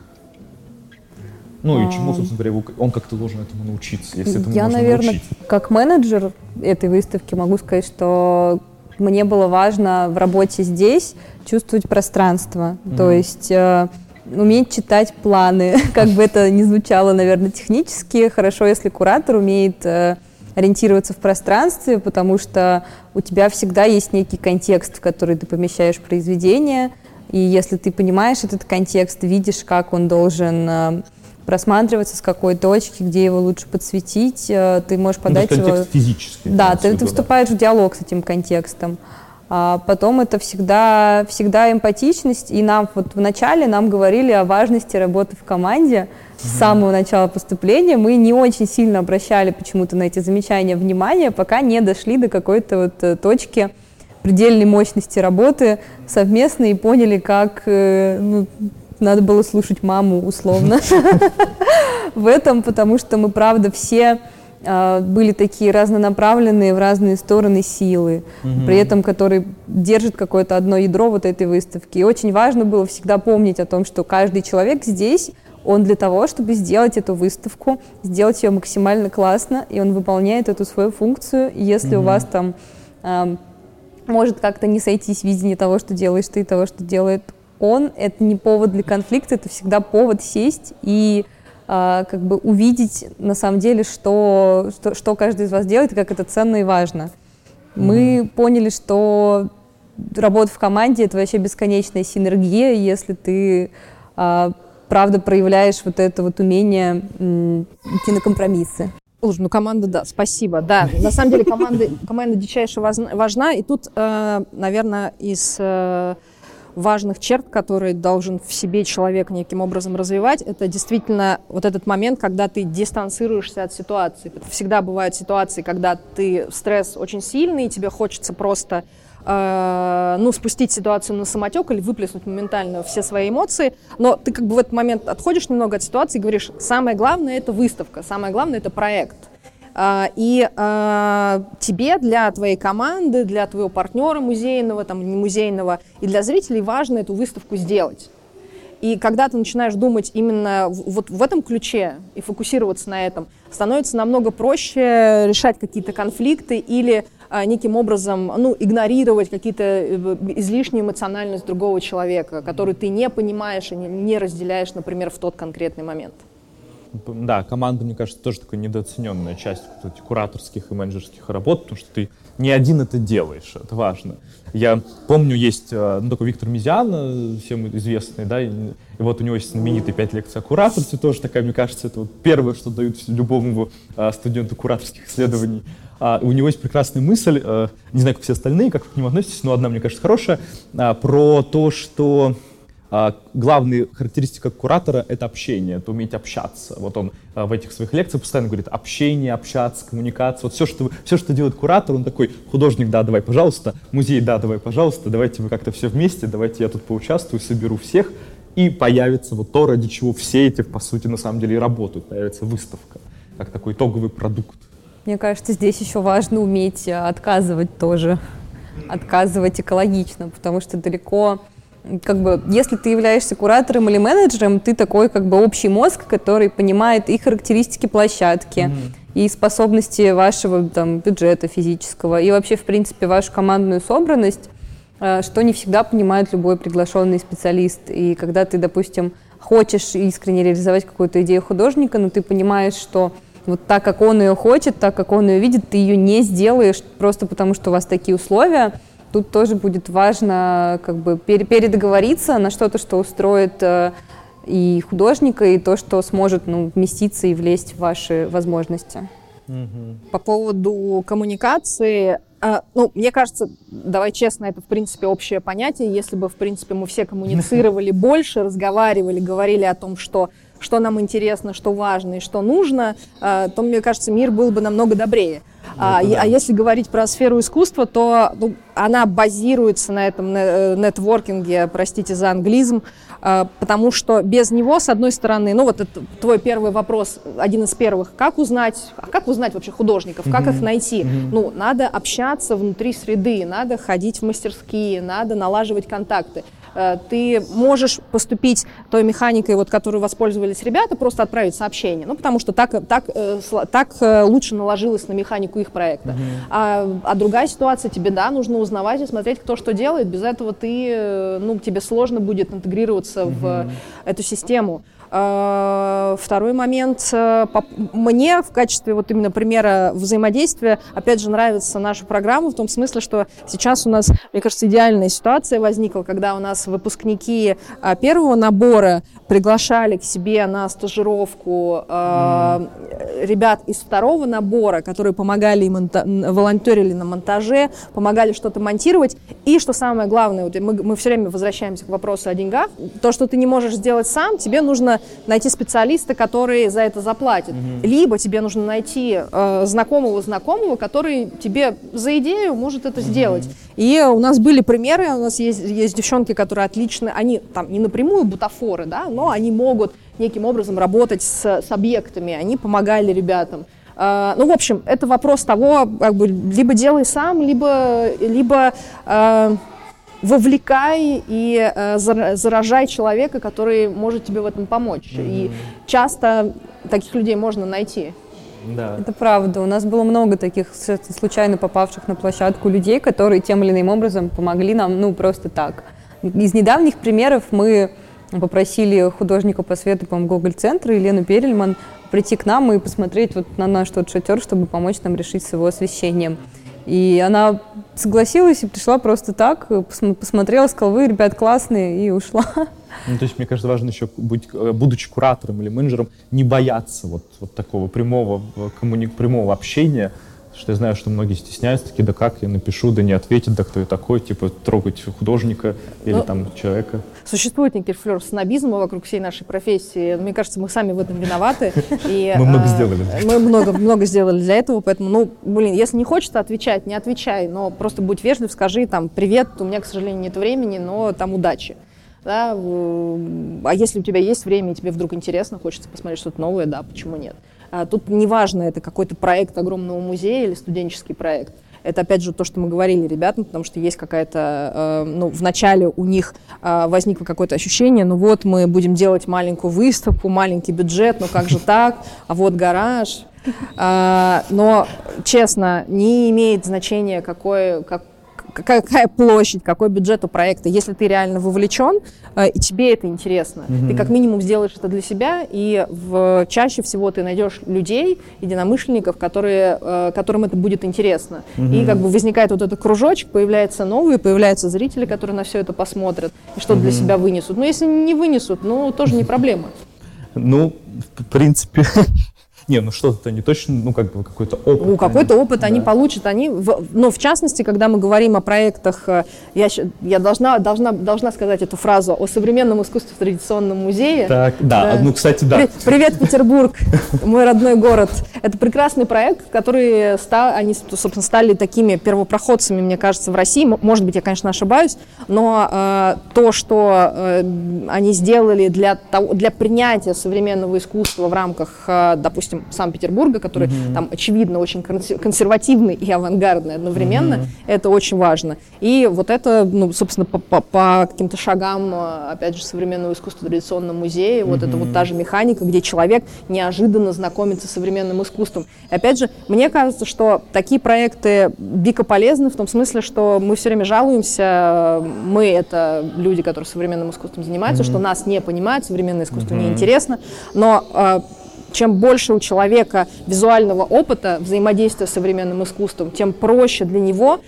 И чему, собственно говоря, он как-то должен этому научиться, если этому можно наверное, научить? как менеджер этой выставки могу сказать, что мне было важно в работе здесь чувствовать пространство, то есть уметь читать планы, как бы это ни звучало, наверное, технически. Хорошо, если куратор умеет ориентироваться в пространстве, потому что у тебя всегда есть некий контекст, в который ты помещаешь произведение, и если ты понимаешь этот контекст, видишь, как он должен просматриваться, с какой точки, где его лучше подсветить, ты можешь подать его... Контекст физический. Да, ты вступаешь в диалог с этим контекстом. А потом это всегда эмпатичность, и нам вначале нам говорили о важности работы в команде. С самого начала поступления мы не очень сильно обращали почему-то на эти замечания внимание, пока не дошли до какой-то точки предельной мощности работы совместно и поняли, как надо было слушать маму условно в этом, потому что мы, правда, все были такие разнонаправленные в разные стороны силы, при этом которые держат какое-то одно ядро этой выставки. И очень важно было всегда помнить о том, что каждый человек здесь, он для того, чтобы сделать эту выставку, сделать ее максимально классно, и он выполняет эту свою функцию. И если у вас там может как-то не сойтись видение того, что делаешь ты, и того, что делает он, это не повод для конфликта, это всегда повод сесть и как бы увидеть на самом деле, что каждый из вас делает и как это ценно и важно. Мы поняли, что работа в команде — это вообще бесконечная синергия, если ты правда проявляешь вот это вот умение идти на компромиссы. Слушай, ну команда, да, спасибо. Да, на самом деле команда дичайше важна. И тут, наверное, из важных черт, которые должен в себе человек неким образом развивать, это действительно вот этот момент, когда ты дистанцируешься от ситуации. Всегда бывают ситуации, когда стресс очень сильный, и тебе хочется просто спустить ситуацию на самотек или выплеснуть моментально все свои эмоции, но ты как бы в этот момент отходишь немного от ситуации и говоришь, самое главное — это выставка, самое главное — это проект. И тебе, для твоей команды, для твоего партнера музейного, там, не музейного, и для зрителей важно эту выставку сделать. И когда ты начинаешь думать именно вот в этом ключе и фокусироваться на этом, становится намного проще решать какие-то конфликты или неким образом игнорировать какие-то излишнюю эмоциональность другого человека, которую ты не понимаешь и не разделяешь, например, в тот конкретный момент. Да, команда, мне кажется, тоже такая недооцененная часть кураторских и менеджерских работ, потому что ты не один это делаешь, это важно. Я помню, есть такой Виктор Мизиан, всем известный, да, и вот у него есть знаменитые 5 лекций о кураторстве, тоже такая, мне кажется, это вот первое, что дают любому студенту кураторских исследований. У него есть прекрасная мысль, не знаю, как все остальные, как вы к ним относитесь, но одна, мне кажется, хорошая, про то, что главная характеристика куратора — это общение, это уметь общаться. Вот он в этих своих лекциях постоянно говорит: общение, общаться, коммуникация. Вот все, что делает куратор, он такой: художник, да, давай, пожалуйста, музей, да, давай, пожалуйста, давайте мы как-то все вместе, давайте я тут поучаствую, соберу всех, и появится вот то, ради чего все эти, по сути, на самом деле и работают. Появится выставка, как такой итоговый продукт. Мне кажется, здесь еще важно уметь отказывать тоже, отказывать экологично, потому что далеко... Как бы, если ты являешься куратором или менеджером, ты такой как бы общий мозг, который понимает и характеристики площадки, и способности вашего там, бюджета физического, и вообще, в принципе, вашу командную собранность, что не всегда понимает любой приглашенный специалист. И когда ты, допустим, хочешь искренне реализовать какую-то идею художника, но ты понимаешь, что вот так, как он ее хочет, так, как он ее видит, ты ее не сделаешь просто потому, что у вас такие условия. Тут тоже будет важно как бы передоговориться на что-то, что устроит и художника, и то, что сможет вместиться и влезть в ваши возможности. По поводу коммуникации, мне кажется, давай честно, это в принципе общее понятие. Если бы в принципе мы все коммуницировали больше, разговаривали, говорили о том, что нам интересно, что важно и что нужно, то, мне кажется, мир был бы намного добрее. А если говорить про сферу искусства, то она базируется на этом нетворкинге, простите за англизм, потому что без него, с одной стороны, вот это твой первый вопрос, один из первых, как узнать вообще художников, как их найти? Надо общаться внутри среды, надо ходить в мастерские, надо налаживать контакты. Ты можешь поступить той механикой, которой воспользовались ребята, просто отправить сообщение, потому что так лучше наложилось на механику их проекта. А другая ситуация, тебе, нужно узнавать и смотреть, кто что делает, без этого тебе сложно будет интегрироваться в эту систему. Второй момент. Мне в качестве именно примера взаимодействия, опять же, нравится наша программа в том смысле, что сейчас у нас, мне кажется, идеальная ситуация возникла, когда у нас выпускники первого набора приглашали к себе на стажировку ребят из второго набора, которые помогали им, волонтерили на монтаже, помогали что-то монтировать. И, что самое главное, мы все время возвращаемся к вопросу о деньгах, то, что ты не можешь сделать сам, тебе нужно найти специалиста, который за это заплатит. Либо тебе нужно найти знакомого, который тебе за идею может это сделать. И у нас были примеры, у нас есть девчонки, которые отлично, они там не напрямую бутафоры, но они могут неким образом работать с объектами, они помогали ребятам. В общем, это вопрос того, либо делай сам, либо вовлекай и заражай человека, который может тебе в этом помочь. И часто таких людей можно найти. Да. Это правда. У нас было много таких случайно попавших на площадку людей, которые тем или иным образом помогли нам, просто так. Из недавних примеров мы попросили художника по свету, по-моему, Гоголь-центра, Елену Перельман, прийти к нам и посмотреть вот на наш тот шатер, чтобы помочь нам решить с его освещением. И она согласилась и пришла просто так, посмотрела, сказала: вы, ребят, классные, и ушла. Ну, то есть, мне кажется, важно еще, будучи куратором или менеджером, не бояться вот такого прямого общения. Что я знаю, что многие стесняются, такие: да как я напишу, да не ответит, да кто я такой, типа трогать художника или там человека. Существует некий флёр снобизма вокруг всей нашей профессии. Мне кажется, мы сами в этом виноваты. Мы много сделали. Мы много сделали для этого, поэтому, если не хочется отвечать, не отвечай, но просто будь вежлив, скажи там: привет, у меня, к сожалению, нет времени, но там удачи. Да? А если у тебя есть время, и тебе вдруг интересно, хочется посмотреть что-то новое, да, почему нет? Тут неважно, это какой-то проект огромного музея или студенческий проект. Это, опять же, то, что мы говорили ребятам, потому что есть какая-то... вначале у них возникло какое-то ощущение: ну вот, мы будем делать маленькую выставку, маленький бюджет, ну как же так? А вот гараж. Но, честно, не имеет значения, какая площадь, какой бюджет у проекта. Если ты реально вовлечен, и тебе это интересно, ты как минимум сделаешь это для себя, и чаще всего ты найдешь людей, единомышленников, которым это будет интересно. И как бы возникает вот этот кружочек, появляются зрители, которые на все это посмотрят и что-то для себя вынесут. Но если не вынесут, тоже не проблема. Ну, в принципе... Не, что-то не точно, какой-то опыт. Какой-то опыт они получат. В частности, когда мы говорим о проектах, я должна сказать эту фразу о современном искусстве в традиционном музее. Так, да. Кстати, да. Привет, Петербург, мой родной город. Это прекрасный проект, который они, собственно, стали такими первопроходцами, мне кажется, в России. Может быть, я, конечно, ошибаюсь, но то, что они сделали для принятия современного искусства в рамках, допустим, Санкт-Петербурга, который там, очевидно, очень консервативный и авангардный одновременно, это очень важно. И вот это, собственно, по каким-то шагам, опять же, современного искусства в традиционном музее, вот это вот та же механика, где человек неожиданно знакомится с современным искусством. И опять же, мне кажется, что такие проекты дико полезны в том смысле, что мы все время жалуемся, мы — это люди, которые современным искусством занимаются, что нас не понимают, современное искусство неинтересно, но чем больше у человека визуального опыта взаимодействия с современным искусством, тем проще для него,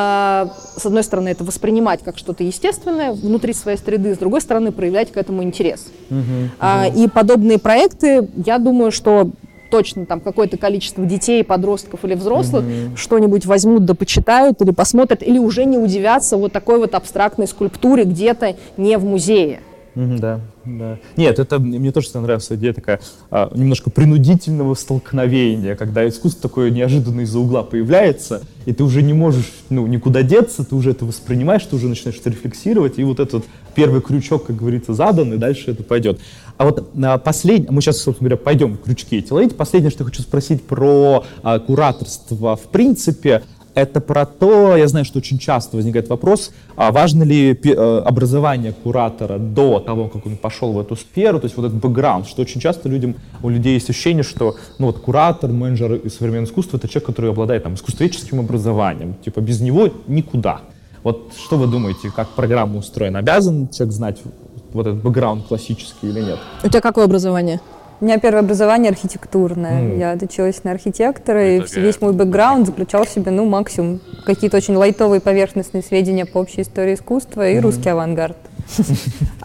с одной стороны, это воспринимать как что-то естественное внутри своей среды, с другой стороны, проявлять к этому интерес. И подобные проекты, я думаю, что точно там какое-то количество детей, подростков или взрослых что-нибудь возьмут да почитают или посмотрят, или уже не удивятся вот такой вот абстрактной скульптуре где-то не в музее. Да. Нет, это мне тоже нравится идея такая немножко принудительного столкновения, когда искусство такое неожиданно из-за угла появляется, и ты уже не можешь никуда деться, ты уже это воспринимаешь, ты уже начинаешь это рефлексировать, и вот этот первый крючок, как говорится, задан, и дальше это пойдет. А вот последнее, мы сейчас, собственно говоря, пойдем крючки эти ловить. Последнее, что я хочу спросить про кураторство в принципе, это про то, я знаю, что очень часто возникает вопрос, важно ли образование куратора до того, как он пошел в эту сферу, то есть вот этот бэкграунд, что очень часто у людей есть ощущение, что куратор, менеджер из современного искусства — это человек, который обладает искусствоведческим образованием, типа без него никуда. Вот что вы думаете, как программа устроена? Обязан человек знать вот этот бэкграунд классический или нет? У тебя какое образование? У меня первое образование архитектурное. Я отучилась на архитектора, и весь мой бэкграунд заключал в себе, максимум какие-то очень лайтовые поверхностные сведения по общей истории искусства и русский авангард. У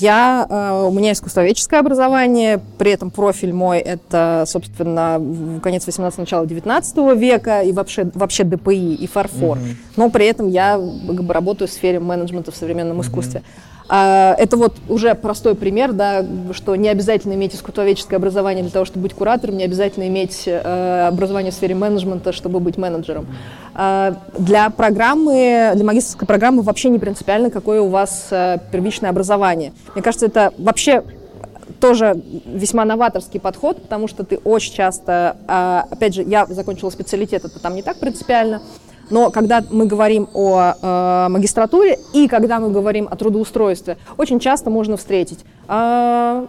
меня искусствоведческое образование, при этом профиль мой — это, собственно, конец 18-го, начало 19 века, и вообще ДПИ и фарфор. Но при этом я работаю в сфере менеджмента в современном искусстве. Это вот уже простой пример, да, что не обязательно иметь искусствоведческое образование для того, чтобы быть куратором, не обязательно иметь образование в сфере менеджмента, чтобы быть менеджером. Для магистерской программы вообще не принципиально, какое у вас первичное образование. Мне кажется, это вообще тоже весьма новаторский подход, потому что ты очень часто, опять же, я закончила специалитет, это там не так принципиально, но когда мы говорим о магистратуре и когда мы говорим о трудоустройстве, очень часто можно встретить в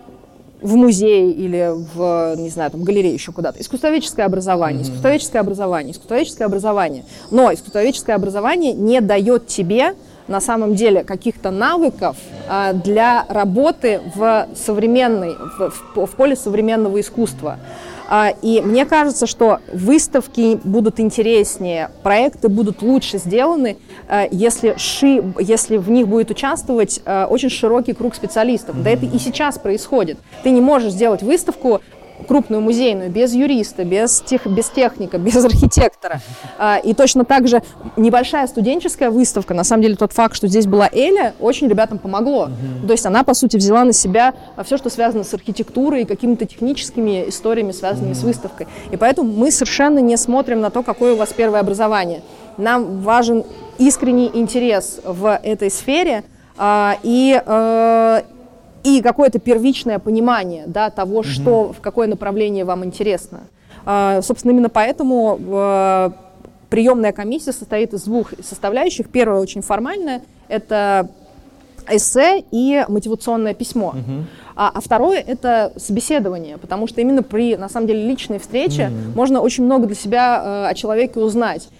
музее или в, галерее еще куда-то искусствоведческое образование. Но искусствоведческое образование не дает тебе на самом деле каких-то навыков для работы в поле современного искусства. И мне кажется, что выставки будут интереснее, проекты будут лучше сделаны, если в них будет участвовать очень широкий круг специалистов. Да это и сейчас происходит. Ты не можешь сделать выставку крупную музейную без юриста, без техника, без архитектора. И точно так же небольшая студенческая выставка, на самом деле тот факт, что здесь была Эля, очень ребятам помогло. То есть она, по сути, взяла на себя все, что связано с архитектурой и какими-то техническими историями, связанными с выставкой. И поэтому мы совершенно не смотрим на то, какое у вас первое образование. Нам важен искренний интерес в этой сфере и какое-то первичное понимание, да, того, что, в какое направление вам интересно. Собственно, именно поэтому приемная комиссия состоит из двух составляющих. Первая очень формальная – это эссе и мотивационное письмо. А второе – это собеседование, потому что именно при, на самом деле, личной встрече можно очень много для себя о человеке узнать.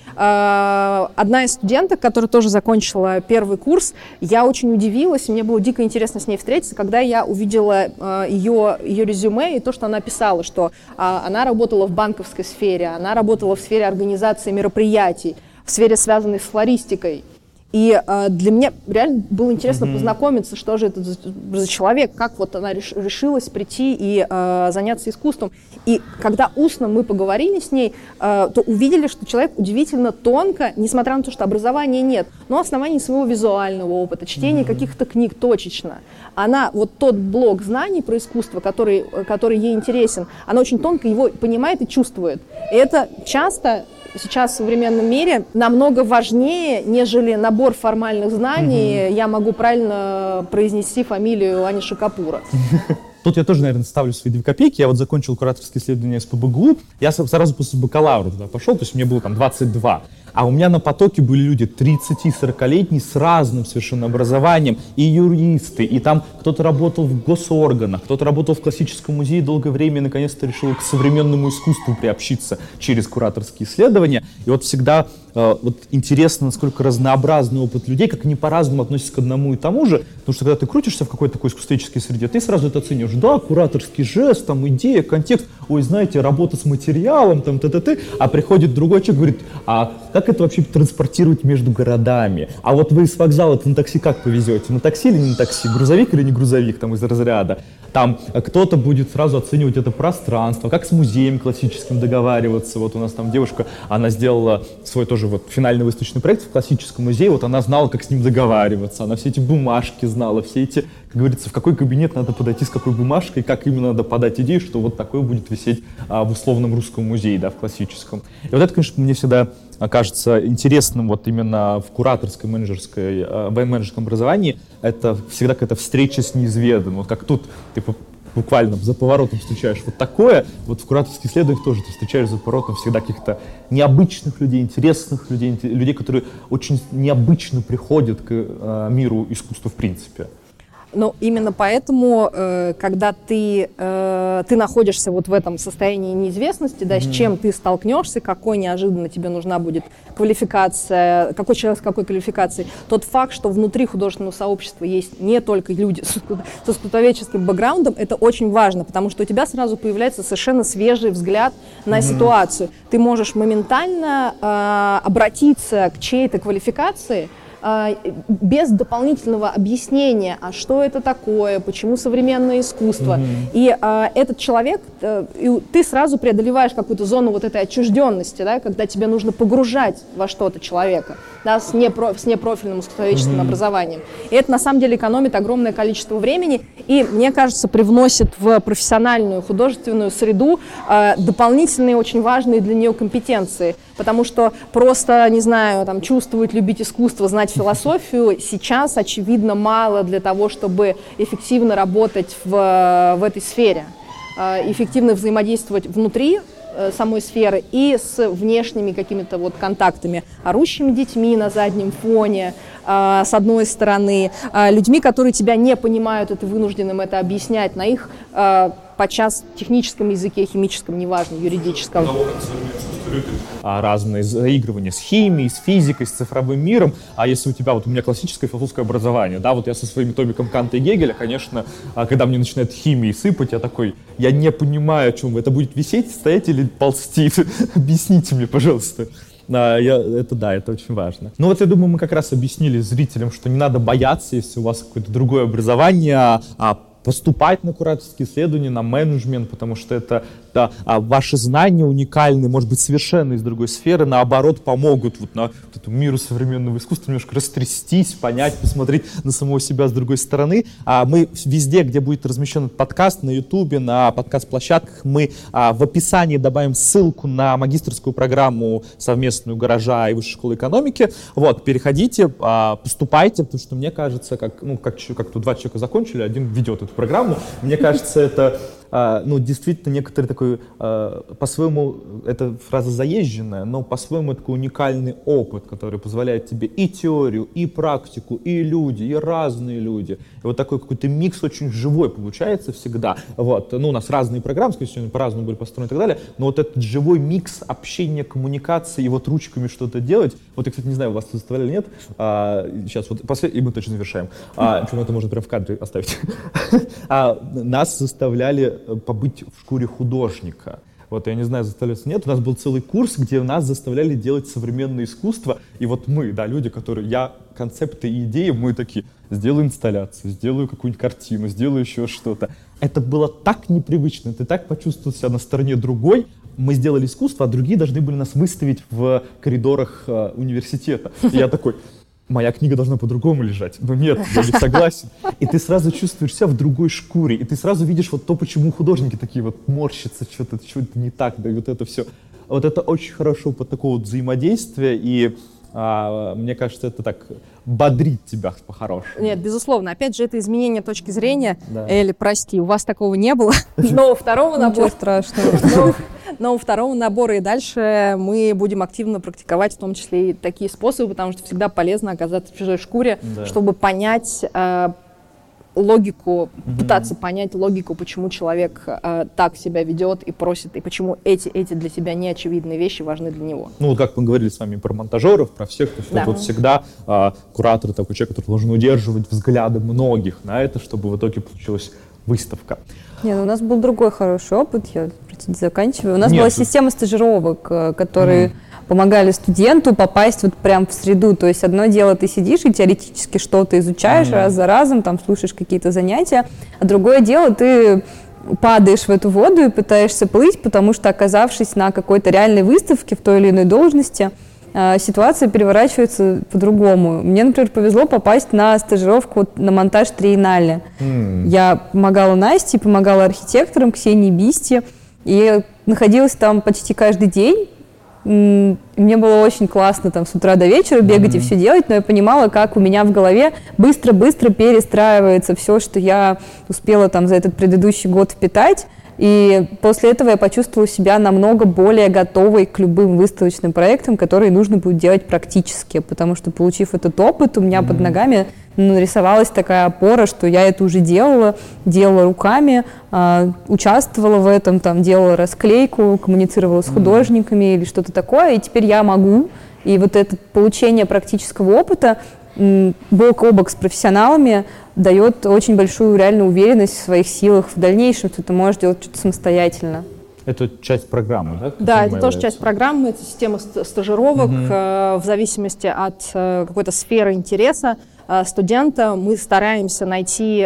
Одна из студенток, которая тоже закончила первый курс, я очень удивилась, мне было дико интересно с ней встретиться, когда я увидела ее резюме и то, что она писала, что она работала в банковской сфере, она работала в сфере организации мероприятий, в сфере, связанной с флористикой. И для меня реально было интересно познакомиться, что же это за человек, как вот она решилась прийти и заняться искусством. И когда устно мы поговорили с ней, то увидели, что человек удивительно тонко, несмотря на то, что образования нет, но на основании своего визуального опыта, чтения каких-то книг точечно, она вот тот блок знаний про искусство, который ей интересен, она очень тонко его понимает и чувствует. И это часто сейчас в современном мире намного важнее, нежели набор формальных знаний. Я могу правильно произнести фамилию Аниши Капура. Тут я тоже, наверное, ставлю свои 2 копейки. Я вот закончил кураторское исследование с ПБГУ. Я сразу после бакалавра туда пошел, то есть мне было там 22. А у меня на потоке были люди 30-40-летние с разным совершенно образованием. И юристы, и там кто-то работал в госорганах, кто-то работал в классическом музее долгое время и наконец-то решил к современному искусству приобщиться через кураторские исследования. И вот всегда вот интересно, насколько разнообразный опыт людей, как они по-разному относятся к одному и тому же. Потому что когда ты крутишься в какой-то такой искусствоведческой среде, ты сразу это оцениваешь. Да, кураторский жест, там идея, контекст. Ой, знаете, работа с материалом, там т-т-т. А приходит другой человек, говорит, а как это вообще транспортировать между городами? А вот вы с вокзала-то на такси как повезете? На такси или не на такси? Грузовик или не грузовик там из разряда? Там кто-то будет сразу оценивать это пространство, как с музеем классическим договариваться. Вот у нас там девушка, она сделала свой тоже вот финальный выставочный проект в классическом музее, вот она знала, как с ним договариваться, она все эти бумажки знала, все эти, как говорится, в какой кабинет надо подойти с какой бумажкой, как именно надо подать идею, что вот такое будет висеть в условном русском музее, да, в классическом. И вот это, конечно, мне всегда кажется интересным вот именно в кураторском менеджерском образовании, это всегда какая-то встреча с неизведанным. Вот как тут ты буквально за поворотом встречаешь вот такое, вот в кураторских исследованиях тоже ты встречаешь за поворотом всегда каких-то необычных людей, интересных людей, людей, которые очень необычно приходят к миру искусства в принципе. Но именно поэтому, когда ты находишься вот в этом состоянии неизвестности, да, с чем ты столкнешься, какой неожиданно тебе нужна будет квалификация, какой человек с какой квалификацией, тот факт, что внутри художественного сообщества есть не только люди с искусствоведческим бэкграундом, это очень важно, потому что у тебя сразу появляется совершенно свежий взгляд на ситуацию. Ты можешь моментально обратиться к чьей-то квалификации, без дополнительного объяснения, а что это такое, почему современное искусство. И этот человек, ты сразу преодолеваешь какую-то зону вот этой отчужденности, да, когда тебе нужно погружать во что-то человека, да, с непрофильным искусствоведческим образованием. И это на самом деле экономит огромное количество времени и, мне кажется, привносит в профессиональную художественную среду дополнительные очень важные для нее компетенции. Потому что просто, не знаю, там, чувствовать, любить искусство, знать философию сейчас, очевидно, мало для того, чтобы эффективно работать в этой сфере, эффективно взаимодействовать внутри самой сферы и с внешними какими-то вот контактами, орущими детьми на заднем фоне, с одной стороны, людьми, которые тебя не понимают, и ты вынужден им это объяснять на их подчас техническом языке, химическом, неважно, юридическом. разные заигрывания с химией, с физикой, с цифровым миром. А если у тебя, вот у меня классическое философское образование, да, вот я со своими томиком Канта и Гегеля, конечно, когда мне начинает химией сыпать, я такой, я не понимаю, о чем вы, это будет висеть, стоять или ползти? Объясните мне, пожалуйста. Это очень важно. Ну вот я думаю, мы как раз объяснили зрителям, что не надо бояться, если у вас какое-то другое образование, поступать на кураторские исследования, на менеджмент, потому что это ваши знания уникальные, может быть, совершенно из другой сферы, наоборот, помогут вот на вот этому миру современного искусства немножко растрястись, понять, посмотреть на самого себя с другой стороны. Мы везде, где будет размещен этот подкаст, на Ютубе, на подкаст-площадках, мы в описании добавим ссылку на магистерскую программу совместную «Гаража» и Высшей школы экономики. Вот, переходите, поступайте, потому что мне кажется, как тут два человека закончили, один ведет эту программу, мне кажется, это действительно некоторый такой, по-своему, эта фраза заезженная, но по-своему такой уникальный опыт, который позволяет тебе и теорию, и практику, и люди, и разные люди. И вот такой какой-то микс очень живой получается всегда. Вот. У нас разные программы, сегодня по-разному были построены и так далее, но вот этот живой микс общения, коммуникации, и вот ручками что-то делать. Вот я, кстати, не знаю, вас это заставляли или нет. Сейчас вот и мы точно завершаем. Причем это можно прямо в кадре оставить. Нас заставляли побыть в шкуре художника. Вот, я не знаю, заставляется нет. У нас был целый курс, где нас заставляли делать современное искусство. И вот мы, люди, которые, концепты и идеи, мы такие, сделаю инсталляцию, сделаю какую-нибудь картину, сделаю еще что-то. Это было так непривычно, ты так почувствовал себя на стороне другой. Мы сделали искусство, а другие должны были нас выставить в коридорах университета. И я такой... Моя книга должна по-другому лежать. Но нет, я не согласен. И ты сразу чувствуешь себя в другой шкуре. И ты сразу видишь вот то, почему художники такие вот морщатся, что-то не так, да, и вот это все. Вот это очень хорошо по такого вот взаимодействия. И мне кажется, это так бодрит тебя по-хорошему. Нет, безусловно. Опять же, это изменение точки зрения. Да. Элли, прости, у вас такого не было. Но у второго набора... Ничего страшного. Но у второго набора и дальше мы будем активно практиковать, в том числе и такие способы, потому что всегда полезно оказаться в чужой шкуре, чтобы понять логику, пытаться понять логику, почему человек так себя ведет и просит, и почему эти для себя неочевидные вещи важны для него. Ну, вот как мы говорили с вами про монтажеров, про всех, то есть вот всегда куратор такой человек, который должен удерживать взгляды многих на это, чтобы в итоге получилась выставка. Нет, у нас был другой хороший опыт, я заканчиваю. У нас была система стажировок, которые помогали студенту попасть вот прям в среду. То есть одно дело, ты сидишь и теоретически что-то изучаешь раз за разом, там слушаешь какие-то занятия, а другое дело, ты падаешь в эту воду и пытаешься плыть, потому что, оказавшись на какой-то реальной выставке в той или иной должности, ситуация переворачивается по-другому. Мне, например, повезло попасть на стажировку на монтаж Триеннале. Я помогала Насте, помогала архитекторам, Ксении Бисти, и находилась там почти каждый день. Мне было очень классно там с утра до вечера бегать и все делать, но я понимала, как у меня в голове быстро-быстро перестраивается все, что я успела там за этот предыдущий год впитать. И после этого я почувствовала себя намного более готовой к любым выставочным проектам, которые нужно будет делать практически, потому что, получив этот опыт, у меня под ногами нарисовалась такая опора, что я это уже делала руками, участвовала в этом, там, делала расклейку, коммуницировала с художниками или что-то такое, и теперь я могу. И вот это получение практического опыта бок о бок с профессионалами дает очень большую реальную уверенность в своих силах в дальнейшем, что ты можешь делать что-то самостоятельно. Это часть программы, да? Да, это тоже часть программы, это система стажировок в зависимости от какой-то сферы интереса студента. Мы стараемся найти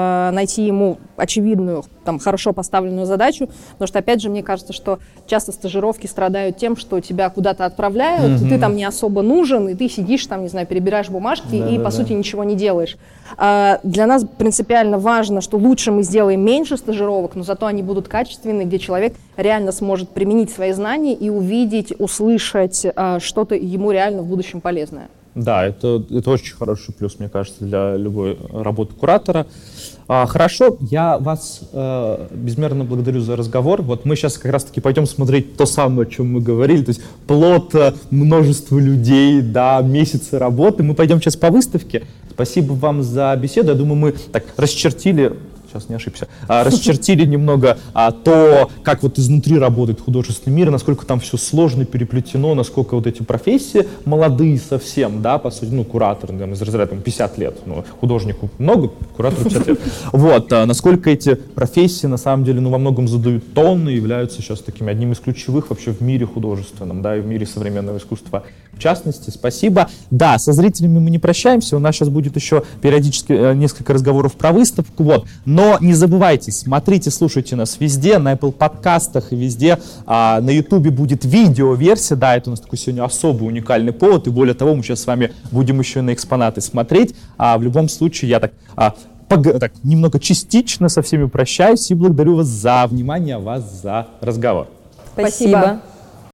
ему очевидную, там, хорошо поставленную задачу, потому что, опять же, мне кажется, что часто стажировки страдают тем, что тебя куда-то отправляют, ты там не особо нужен, и ты сидишь там, не знаю, перебираешь бумажки и, по сути, ничего не делаешь. Для нас принципиально важно, что лучше мы сделаем меньше стажировок, но зато они будут качественные, где человек реально сможет применить свои знания и увидеть, услышать что-то ему реально в будущем полезное. Да, это очень хороший плюс, мне кажется, для любой работы куратора. Хорошо, я вас безмерно благодарю за разговор. Вот мы сейчас как раз-таки пойдем смотреть то самое, о чем мы говорили, то есть плод множества людей, да, месяцы работы. Мы пойдем сейчас по выставке. Спасибо вам за беседу. Я думаю, мы так расчертили сейчас не ошибся, расчертили немного то, как вот изнутри работает художественный мир, насколько там все сложно, переплетено, насколько вот эти профессии молодые совсем, да, по сути, ну, куратор, там, из разряда 50 лет, ну, художнику много, куратору 50 лет. Вот, насколько эти профессии, на самом деле, ну, во многом задают тон и являются сейчас такими одним из ключевых вообще в мире художественном, да, и в мире современного искусства. В частности, спасибо. Да, со зрителями мы не прощаемся, у нас сейчас будет еще периодически несколько разговоров про выставку, вот. Но не забывайте, смотрите, слушайте нас везде, на Apple подкастах и везде. На YouTube будет видео-версия, да, это у нас такой сегодня особый уникальный повод, и более того, мы сейчас с вами будем еще и на экспонаты смотреть. В любом случае, я так немного частично со всеми прощаюсь и благодарю вас за внимание, вас за разговор. Спасибо.